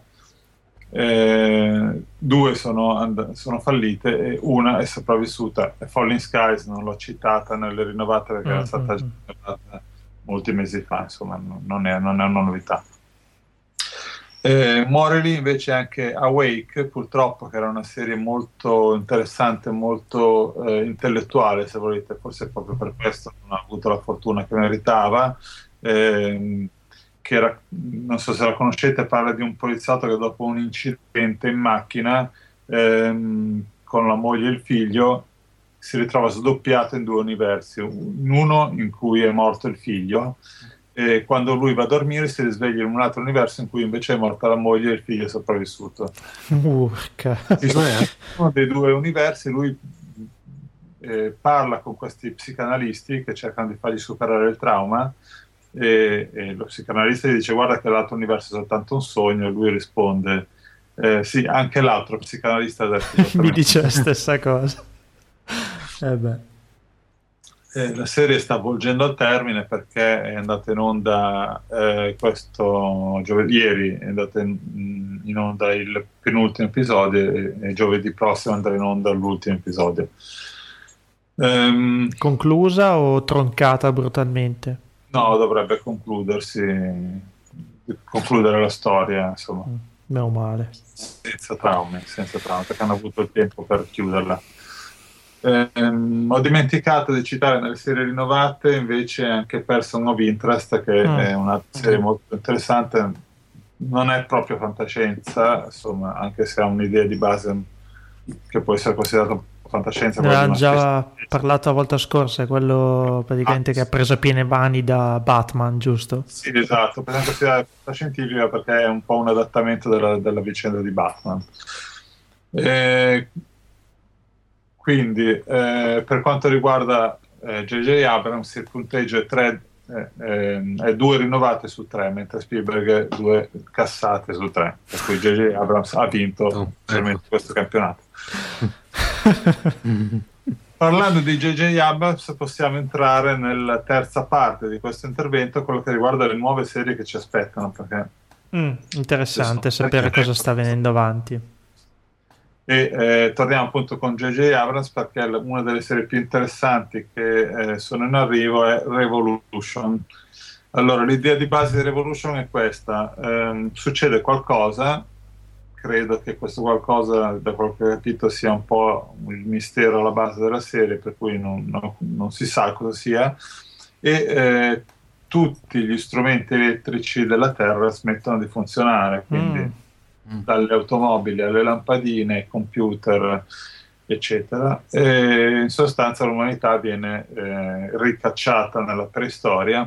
Eh, due sono, and- sono fallite e una è sopravvissuta. E Falling Skies non l'ho citata nelle rinnovate perché era stata già rinnovata molti mesi fa, insomma non- non è, non è una novità. Eh, Morley invece anche Awake, purtroppo, che era una serie molto interessante, molto eh, intellettuale, se volete, forse proprio per questo non ha avuto la fortuna che meritava. ehm, che era, non so se la conoscete, parla di un poliziotto che dopo un incidente in macchina ehm, con la moglie e il figlio si ritrova sdoppiato in due universi, in uno in cui è morto il figlio e quando lui va a dormire si risveglia in un altro universo in cui invece è morta la moglie e il figlio è sopravvissuto. Urca. In uno dei due universi lui eh, parla con questi psicanalisti che cercano di fargli superare il trauma. E, e lo psicanalista gli dice: guarda che l'altro universo è soltanto un sogno, e lui risponde eh, sì, anche l'altro psicanalista ha detto Mi dice la stessa cosa. Eh beh. eh, la serie sta volgendo al termine perché è andata in onda eh, questo giovedì, ieri è andata in, in onda il penultimo episodio e, e giovedì prossimo andrà in onda l'ultimo episodio. Ehm, Conclusa o troncata brutalmente? no, dovrebbe concludersi, concludere la storia, insomma, Mm, meno male. senza traumi, senza traumi, perché hanno avuto il tempo per chiuderla. Ehm, ho dimenticato di citare nelle serie rinnovate invece anche Person of Interest, che Mm. è una serie molto interessante. Non è proprio fantascienza, insomma, anche se ha un'idea di base che può essere considerata fantascienza. Ne quella di avevamo una già specie- parlato la volta scorsa, è quello praticamente Ah, che ha preso a piene mani da Batman, giusto? sì, esatto, per esempio sia fantascientifica perché è un po' un adattamento della, della vicenda di Batman. Eh, quindi, eh, per quanto riguarda eh, J J. Abrams, il punteggio è, tre, eh, ehm, è due rinnovate su tre, mentre Spielberg è due cassate su tre, per cui J J. Abrams ha vinto Oh, ufficialmente ecco. questo campionato. Parlando di J J. Abrams, possiamo entrare nella terza parte di questo intervento, quello che riguarda le nuove serie che ci aspettano, perché Mm, interessante Adesso- sapere cosa sta venendo avanti. e eh, torniamo appunto con J J. Abrams, perché l- una delle serie più interessanti che eh, sono in arrivo è Revolution. Allora, l'idea di base di Revolution è questa: Ehm, succede qualcosa, credo che questo qualcosa, da quello che ho capito, sia un po' il mistero alla base della serie, per cui non, non- non si sa cosa sia, e eh, tutti gli strumenti elettrici della Terra smettono di funzionare, quindi Mm. dalle automobili alle lampadine, ai computer, eccetera. E in sostanza l'umanità viene eh, ricacciata nella preistoria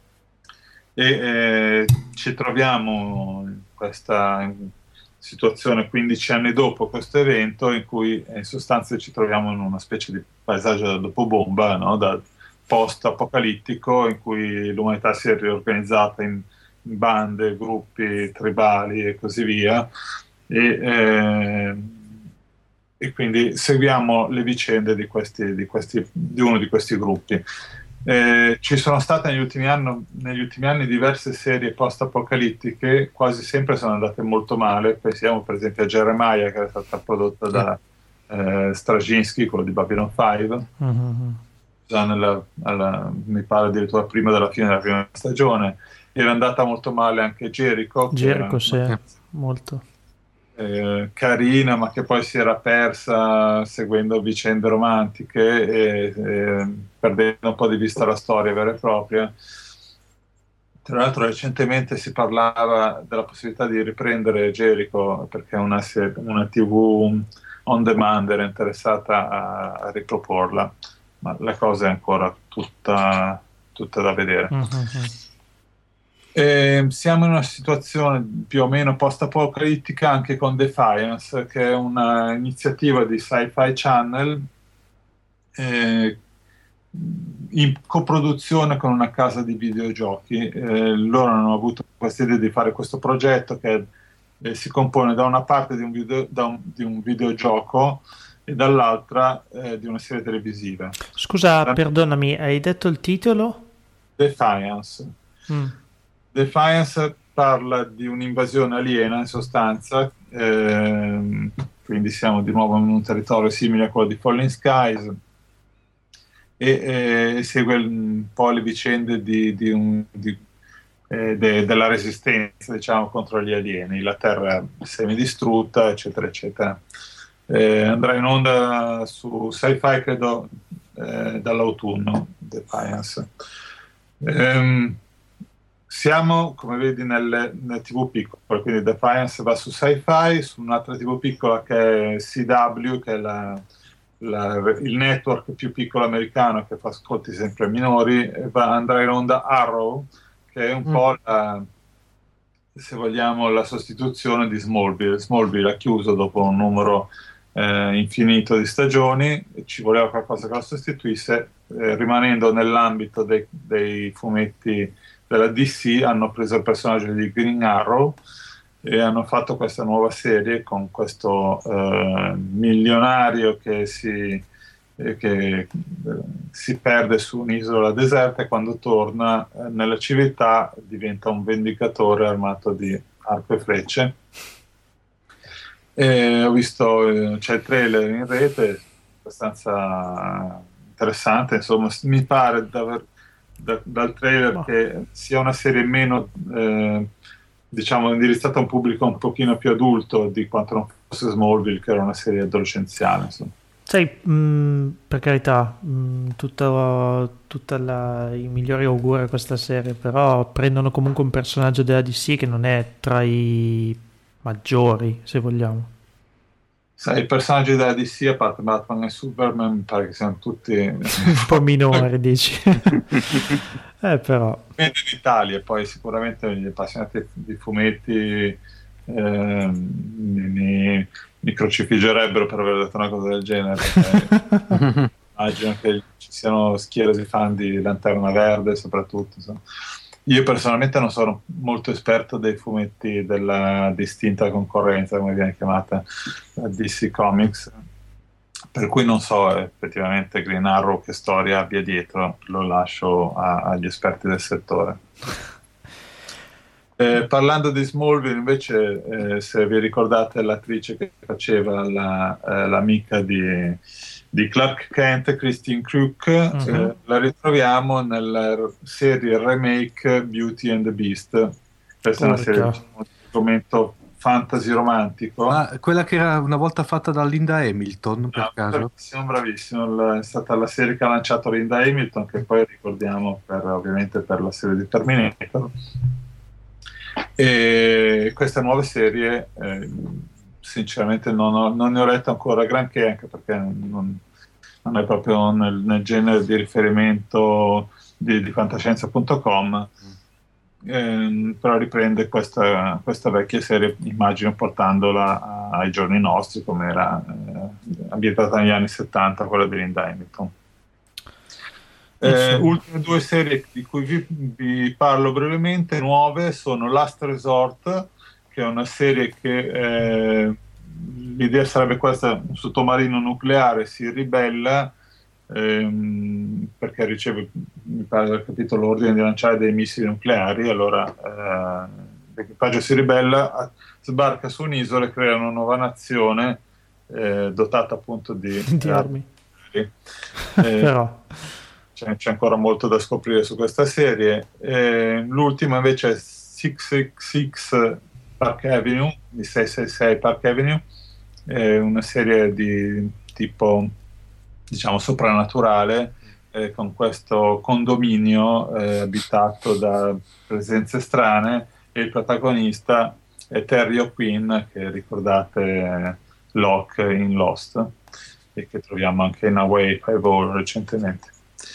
e eh, ci troviamo in questa situazione quindici anni dopo questo evento, in cui eh, in sostanza ci troviamo in una specie di paesaggio da dopobomba, no? Da post-apocalittico, in cui l'umanità si è riorganizzata in, in bande, gruppi tribali e così via, e, eh, e quindi seguiamo le vicende di, questi, di, questi, di uno di questi gruppi. Eh, ci sono state negli ultimi, anni, negli ultimi anni diverse serie post-apocalittiche, quasi sempre sono andate molto male. Pensiamo per esempio a Jeremiah, che era stata prodotta da eh, Straczynski, quello di Babylon cinque, Mhm. già nella, alla- mi pare addirittura prima della fine della prima stagione. Era andata molto male anche Jericho, che era Jericho, sì, molto. eh, carina, ma che poi si era persa seguendo vicende romantiche e, e perdendo un po' di vista la storia vera e propria. Tra l'altro recentemente si parlava della possibilità di riprendere Jericho, perché una, se- una tivù on demand era interessata a, a riproporla, ma la cosa è ancora tutta, tutta da vedere. Mhm. Eh, siamo in una situazione più o meno post-apocalittica anche con Defiance, che è un'iniziativa di Sci-Fi Channel eh, in coproduzione con una casa di videogiochi. Eh, loro hanno avuto questa idea di fare questo progetto che eh, si compone da una parte di un, video- da un- di un videogioco e dall'altra eh, di una serie televisiva. Scusa, La- perdonami, hai detto il titolo? Defiance. Mm. Defiance parla di un'invasione aliena in sostanza, ehm, quindi siamo di nuovo in un territorio simile a quello di Falling Skies e eh, segue un po' le vicende di, di un- di- eh, de- della resistenza, diciamo, contro gli alieni, la Terra semidistrutta, eccetera, eccetera. Eh, andrà in onda su Sci-Fi, credo, eh, dall'autunno, Defiance. Ehm, siamo, come vedi, nelle, nelle tivù piccole, quindi Defiance va su Sci-Fi, su un'altra tivù piccola che è C W, che è la, la- il network più piccolo americano che fa ascolti sempre minori, e va, andrà in onda Arrow, che è un Mm. po' la, se vogliamo, la sostituzione di Smallville. Smallville ha chiuso dopo un numero eh, infinito di stagioni, e ci voleva qualcosa che lo sostituisse, eh, rimanendo nell'ambito dei, dei fumetti della D C, hanno preso il personaggio di Green Arrow e hanno fatto questa nuova serie con questo eh, milionario che si, eh, che, eh, si perde su un'isola deserta, e quando torna eh, nella civiltà diventa un vendicatore armato di arco e frecce. E ho visto, eh, c'è il trailer in rete, abbastanza interessante, insomma, mi pare da, da, dal trailer no. che sia una serie meno eh, diciamo indirizzata a un pubblico un pochino più adulto di quanto non fosse Smallville, che era una serie adolescenziale, insomma. Sai, mh, per carità, mh, tutta, tutta la, i migliori auguri a questa serie, però prendono comunque un personaggio della D C che non è tra i maggiori, se vogliamo. Sai, i personaggi della D C, a parte Batman e Superman, mi pare che siano tutti un po' minori, dici. eh, però. In Italia, poi sicuramente gli appassionati di fumetti eh, mi, mi, mi crocifiggerebbero per aver detto una cosa del genere, perché immagino che ci siano schiere di fan di Lanterna Verde soprattutto, insomma. Io personalmente non sono molto esperto dei fumetti della distinta concorrenza, come viene chiamata la D C Comics, per cui non so effettivamente Green Arrow che storia abbia dietro, lo lascio a, agli esperti del settore. Eh, parlando di Smallville invece, eh, se vi ricordate l'attrice che faceva la, eh, l'amica di, di Clark Kent, Christine Kruk, uh-huh. eh, la ritroviamo nella serie remake Beauty and the Beast. Questa è una serie, diciamo, di argomento fantasy romantico. Ah, quella che era una volta fatta da Linda Hamilton, per ah, caso? Bravissimo, bravissimo. È stata la serie che ha lanciato Linda Hamilton, che poi ricordiamo per, ovviamente per la serie di Terminator. E questa nuova serie eh, sinceramente non, ho, non ne ho letto ancora granché, anche perché non, non è proprio nel, nel genere di riferimento di, di fantascienza punto com, eh, però riprende questa, questa vecchia serie, immagino portandola ai giorni nostri, come era eh, ambientata negli anni settanta, quella di Linda Hamilton. Eh, ultime due serie di cui vi, vi parlo brevemente, nuove, sono Last Resort, che è una serie che eh, l'idea sarebbe questa: un sottomarino nucleare si ribella ehm, perché riceve, mi pare di aver capito, l'ordine di lanciare dei missili nucleari. Allora eh, l'equipaggio si ribella, sbarca su un'isola e crea una nuova nazione eh, dotata appunto di, di armi. Eh, però C'è, c'è ancora molto da scoprire su questa serie. Eh, l'ultima invece è sei sei sei Park Avenue, di sei sei sei Park Avenue, è una serie di tipo, diciamo, soprannaturale, eh, con questo condominio eh, abitato da presenze strane, e il protagonista è Terry O'Quinn, che ricordate eh, Locke in Lost, e che troviamo anche in Hawaii Five-O recentemente.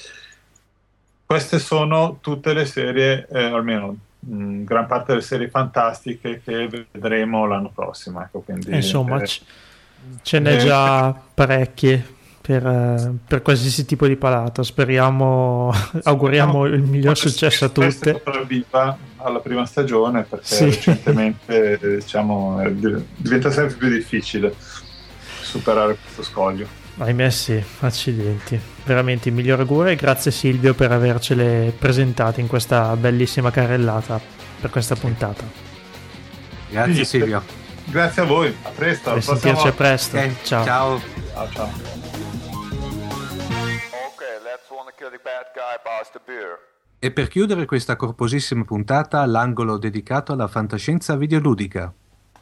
Queste sono tutte le serie, eh, almeno mh, gran parte delle serie fantastiche che vedremo l'anno prossimo. Ecco, quindi, insomma, eh, c- ce n'è eh, già parecchie per, uh, per qualsiasi tipo di palato. Speriamo, auguriamo il miglior successo a tutte. Sopravviva alla prima stagione, perché sì. recentemente diciamo, diventa sempre più difficile superare questo scoglio. Ahimè sì, accidenti. Veramente il miglior auguro, e grazie Silvio per avercele presentate in questa bellissima carrellata per questa puntata. Grazie sì, Silvio. Grazie a voi, a presto. A sentirci a presto. Okay, ciao. Ciao. Ciao, ciao. Okay, let's wanna kill the bad guy, pass the beer. E per chiudere questa corposissima puntata, l'angolo dedicato alla fantascienza videoludica.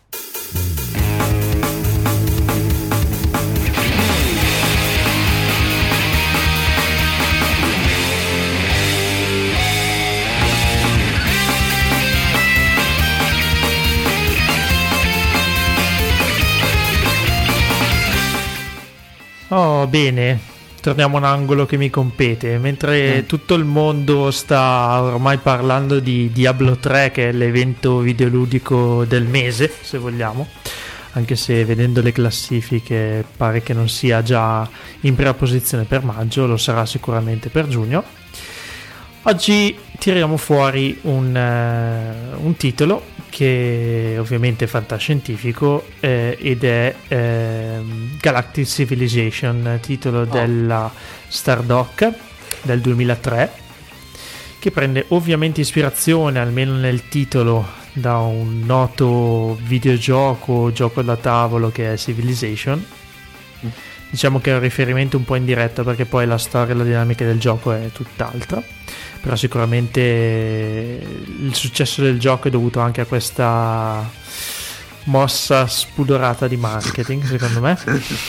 Oh, bene, torniamo a un angolo che mi compete. Mentre mm. tutto il mondo sta ormai parlando di Diablo tre, che è l'evento videoludico del mese, se vogliamo, anche se vedendo le classifiche pare che non sia già in prima posizione per maggio, lo sarà sicuramente per giugno. Oggi tiriamo fuori un, uh, un titolo che ovviamente è fantascientifico eh, ed è eh, Galactic Civilization, titolo oh. della Stardock del duemilatré, che prende ovviamente ispirazione, almeno nel titolo, da un noto videogioco, gioco da tavolo che è Civilization, diciamo che è un riferimento un po' indiretto, perché poi la storia e la dinamica del gioco è tutt'altra, però sicuramente il successo del gioco è dovuto anche a questa mossa spudorata di marketing, secondo me.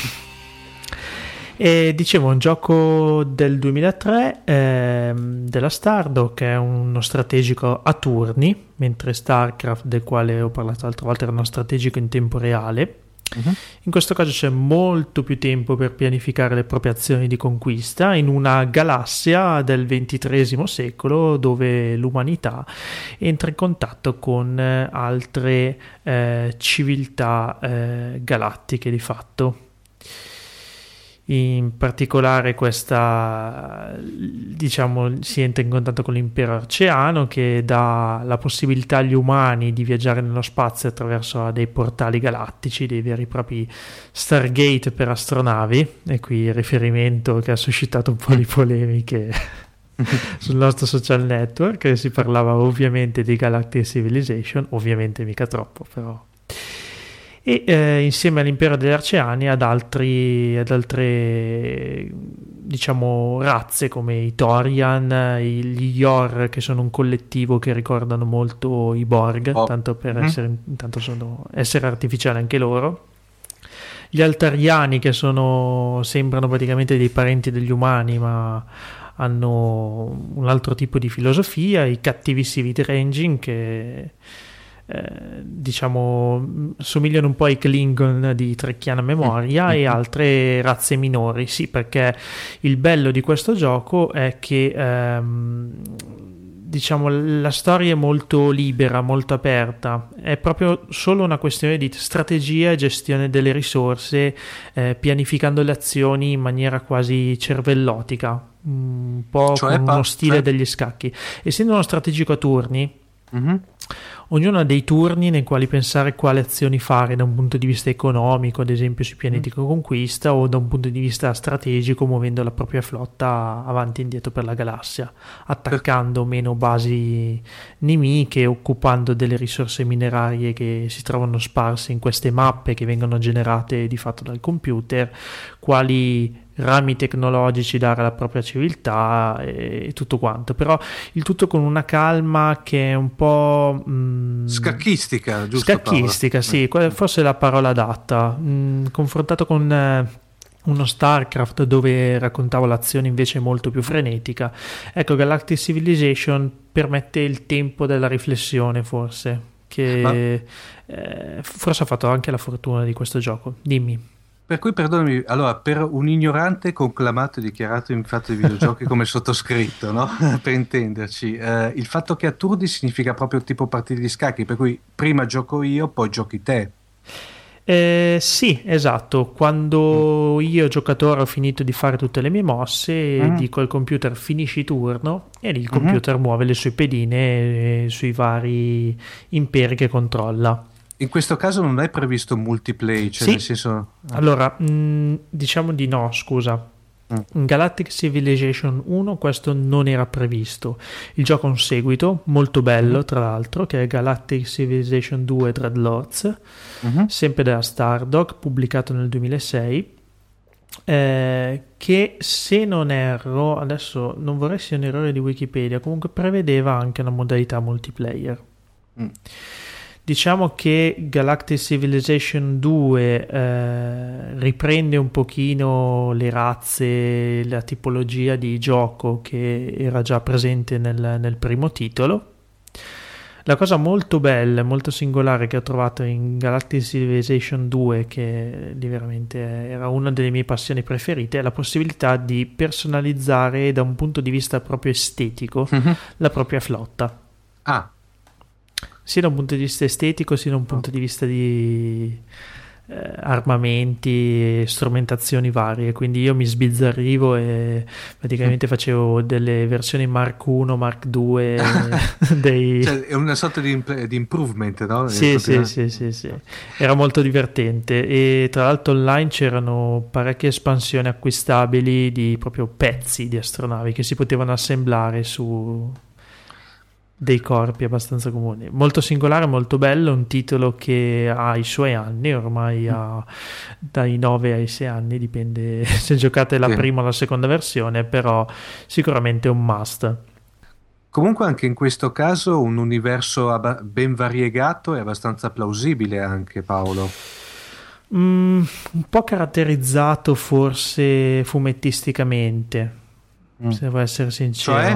E dicevo, un gioco del duemilatré, ehm, della Stardock, che è uno strategico a turni, mentre StarCraft, del quale ho parlato l'altra volta, era uno strategico in tempo reale. Uh-huh. In questo caso c'è molto più tempo per pianificare le proprie azioni di conquista in una galassia del ventitreesimo secolo, dove l'umanità entra in contatto con altre eh, civiltà eh, galattiche di fatto. In particolare questa, diciamo, si entra in contatto con l'impero arceano, che dà la possibilità agli umani di viaggiare nello spazio attraverso dei portali galattici, dei veri e propri Stargate per astronavi, e qui il riferimento che ha suscitato un po' di polemiche sul nostro social network. Si parlava ovviamente di Galactic Civilization, ovviamente mica troppo, però, e eh, insieme all'impero degli Arceani ad altri ad altre, diciamo, razze come i Torian, gli Yor, che sono un collettivo che ricordano molto i Borg, oh. tanto per mm-hmm. essere intanto sono esseri artificiali anche loro. Gli Altariani, che sono sembrano praticamente dei parenti degli umani, ma hanno un altro tipo di filosofia. I cattivi Civic Ranging, che Eh, diciamo somigliano un po' ai Klingon di Trekkiana memoria, mm-hmm. e altre razze minori. Sì, perché il bello di questo gioco è che ehm, diciamo la storia è molto libera, molto aperta, è proprio solo una questione di strategia e gestione delle risorse, eh, pianificando le azioni in maniera quasi cervellotica, un po' cioè, con uno stile cioè... degli scacchi. Essendo uno strategico a turni, mm-hmm. ognuno ha dei turni nei quali pensare quali azioni fare da un punto di vista economico, ad esempio sui pianeti di conquista, o da un punto di vista strategico, muovendo la propria flotta avanti e indietro per la galassia, attaccando meno basi nemiche, occupando delle risorse minerarie che si trovano sparse in queste mappe che vengono generate di fatto dal computer, quali rami tecnologici dare alla propria civiltà e tutto quanto, però il tutto con una calma che è un po' mh, scacchistica, giusto? Scacchistica, Paolo? Sì, eh. forse è la parola adatta, mh, confrontato con eh, uno StarCraft dove raccontavo l'azione invece molto più frenetica. Ecco, Galactic Civilization permette il tempo della riflessione, forse, che Ma... eh, forse ha fatto anche la fortuna di questo gioco. Dimmi. Per cui, perdonami, allora, per un ignorante conclamato e dichiarato in fatto di videogiochi come sottoscritto, no? Per intenderci, eh, il fatto che a turni significa proprio tipo partite di scacchi, per cui prima gioco io, poi giochi te. Eh, sì, esatto. Quando mm. io, giocatore, ho finito di fare tutte le mie mosse, mm. dico al computer finisci turno, e lì il computer mm. muove le sue pedine eh, sui vari imperi che controlla. In questo caso non è previsto multiplayer, cioè sì. nel senso... Allora, mh, diciamo di no, scusa. Mm. In Galactic Civilization uno questo non era previsto. Il gioco ha un seguito molto bello, mm. tra l'altro, che è Galactic Civilization due Dreadlords, mm-hmm. sempre della Stardock, pubblicato nel duemilasei, eh, che, se non erro, adesso non vorrei sia un errore di Wikipedia, comunque prevedeva anche una modalità multiplayer. Mm. Diciamo che Galactic Civilization due eh, riprende un pochino le razze, la tipologia di gioco che era già presente nel, nel primo titolo. La cosa molto bella e molto singolare che ho trovato in Galactic Civilization due, che di veramente era una delle mie passioni preferite, è la possibilità di personalizzare da un punto di vista proprio estetico mm-hmm. la propria flotta. Ah. Sia da un punto di vista estetico, sia da un punto di vista di eh, armamenti e strumentazioni varie. Quindi io mi sbizzarrivo e praticamente facevo delle versioni Mark uno, Mark due dei... Cioè, è una sorta di, imp- di improvement, no? Sì, sì, sì, sì, sì. Era molto divertente, e tra l'altro online c'erano parecchie espansioni acquistabili di proprio pezzi di astronavi che si potevano assemblare su... dei corpi abbastanza comuni. Molto singolare, molto bello, un titolo che ha i suoi anni, ormai ha dai nove ai sei anni, dipende se giocate la sì. prima o la seconda versione, però sicuramente un must. Comunque anche in questo caso un universo abba- ben variegato e abbastanza plausibile anche, Paolo. Mm, un po' caratterizzato forse fumettisticamente, mm. se devo essere sincero, cioè?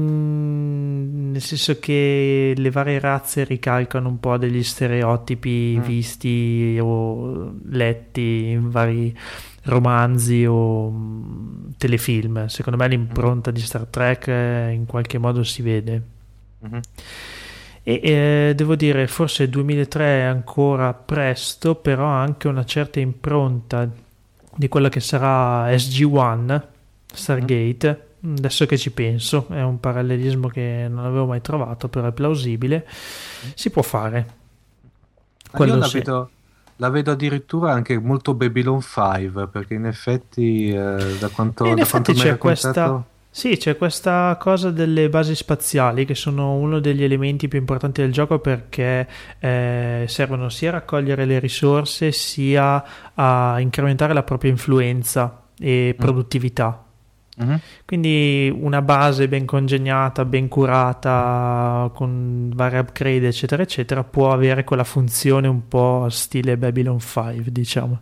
mm, nel senso che le varie razze ricalcano un po' degli stereotipi mm. visti o letti in vari romanzi o um, telefilm. Secondo me l'impronta di Star Trek eh, in qualche modo si vede. Mm-hmm. E eh, devo dire, forse il duemilatré è ancora presto, però ha anche una certa impronta di quella che sarà S G uno, Stargate. Mm. Adesso che ci penso, è un parallelismo che non avevo mai trovato, però è plausibile. Si può fare. Ah, io la sì. vedo La vedo addirittura anche molto Babylon cinque, perché in effetti eh, da quanto, in da effetti quanto c'è mi hai raccontato... questa sì, c'è questa cosa delle basi spaziali che sono uno degli elementi più importanti del gioco, perché eh, servono sia a raccogliere le risorse sia a incrementare la propria influenza e produttività. Mm-hmm. Quindi una base ben congegnata, ben curata, con vari upgrade eccetera eccetera, può avere quella funzione un po' stile Babylon cinque, diciamo.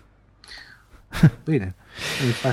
Bene, infatti.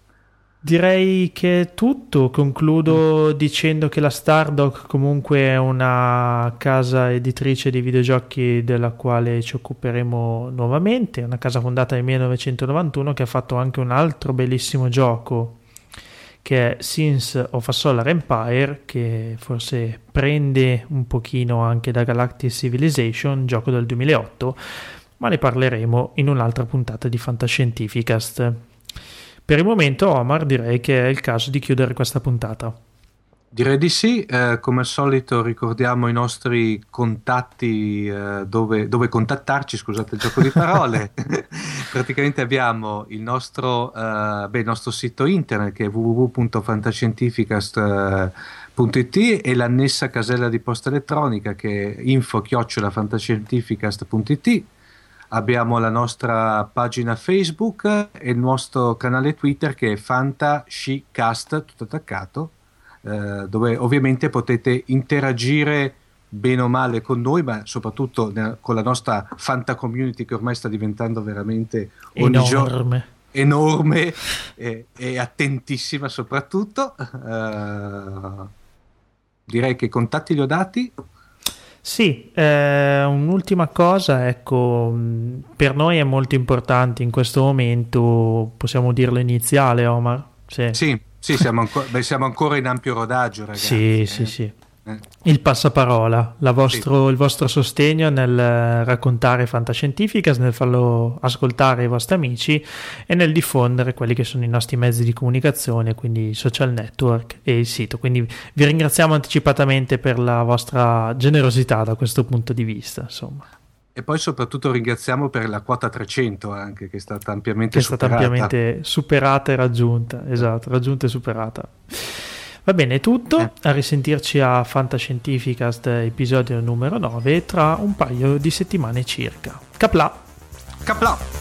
Direi che è tutto. Concludo mm. dicendo che la Stardock comunque è una casa editrice di videogiochi della quale ci occuperemo nuovamente, una casa fondata nel millenovecentonovantuno che ha fatto anche un altro bellissimo gioco che è Sins of a Solar Empire, che forse prende un pochino anche da Galactic Civilization, gioco del duemilaotto, ma ne parleremo in un'altra puntata di Fantascientificast. Per il momento, Omar, direi che è il caso di chiudere questa puntata. Direi di sì, eh, come al solito ricordiamo i nostri contatti, eh, dove, dove contattarci, scusate il gioco di parole. Praticamente abbiamo il nostro, eh, beh, il nostro sito internet che è w w w punto fantascientificast punto i t e l'annessa casella di posta elettronica che è info chiocciola fantascientificast punto i t. Abbiamo la nostra pagina Facebook e il nostro canale Twitter che è Fantascicast, tutto attaccato, eh, dove ovviamente potete interagire bene o male con noi, ma soprattutto ne- con la nostra Fanta Community che ormai sta diventando veramente ogni enorme, giorno enorme e, e attentissima soprattutto. Uh, direi che i contatti li ho dati. Sì, eh, un'ultima cosa, ecco, per noi è molto importante in questo momento, possiamo dirlo iniziale, Omar? Sì, sì, sì siamo, ancora, beh, siamo ancora in ampio rodaggio, ragazzi. Sì, eh. sì, sì. Eh. Il passaparola, la vostro, sì. il vostro sostegno nel raccontare Fantascientificas, nel farlo ascoltare ai vostri amici e nel diffondere quelli che sono i nostri mezzi di comunicazione, quindi i social network e il sito. Quindi vi ringraziamo anticipatamente per la vostra generosità da questo punto di vista, insomma. E poi soprattutto ringraziamo per la quota trecento anche, che è stata ampiamente che è stata superata. ampiamente superata e raggiunta, esatto, raggiunta e superata. Va bene, è tutto, eh. a risentirci a Fantascientificast episodio numero nove tra un paio di settimane circa. Capla! Capla!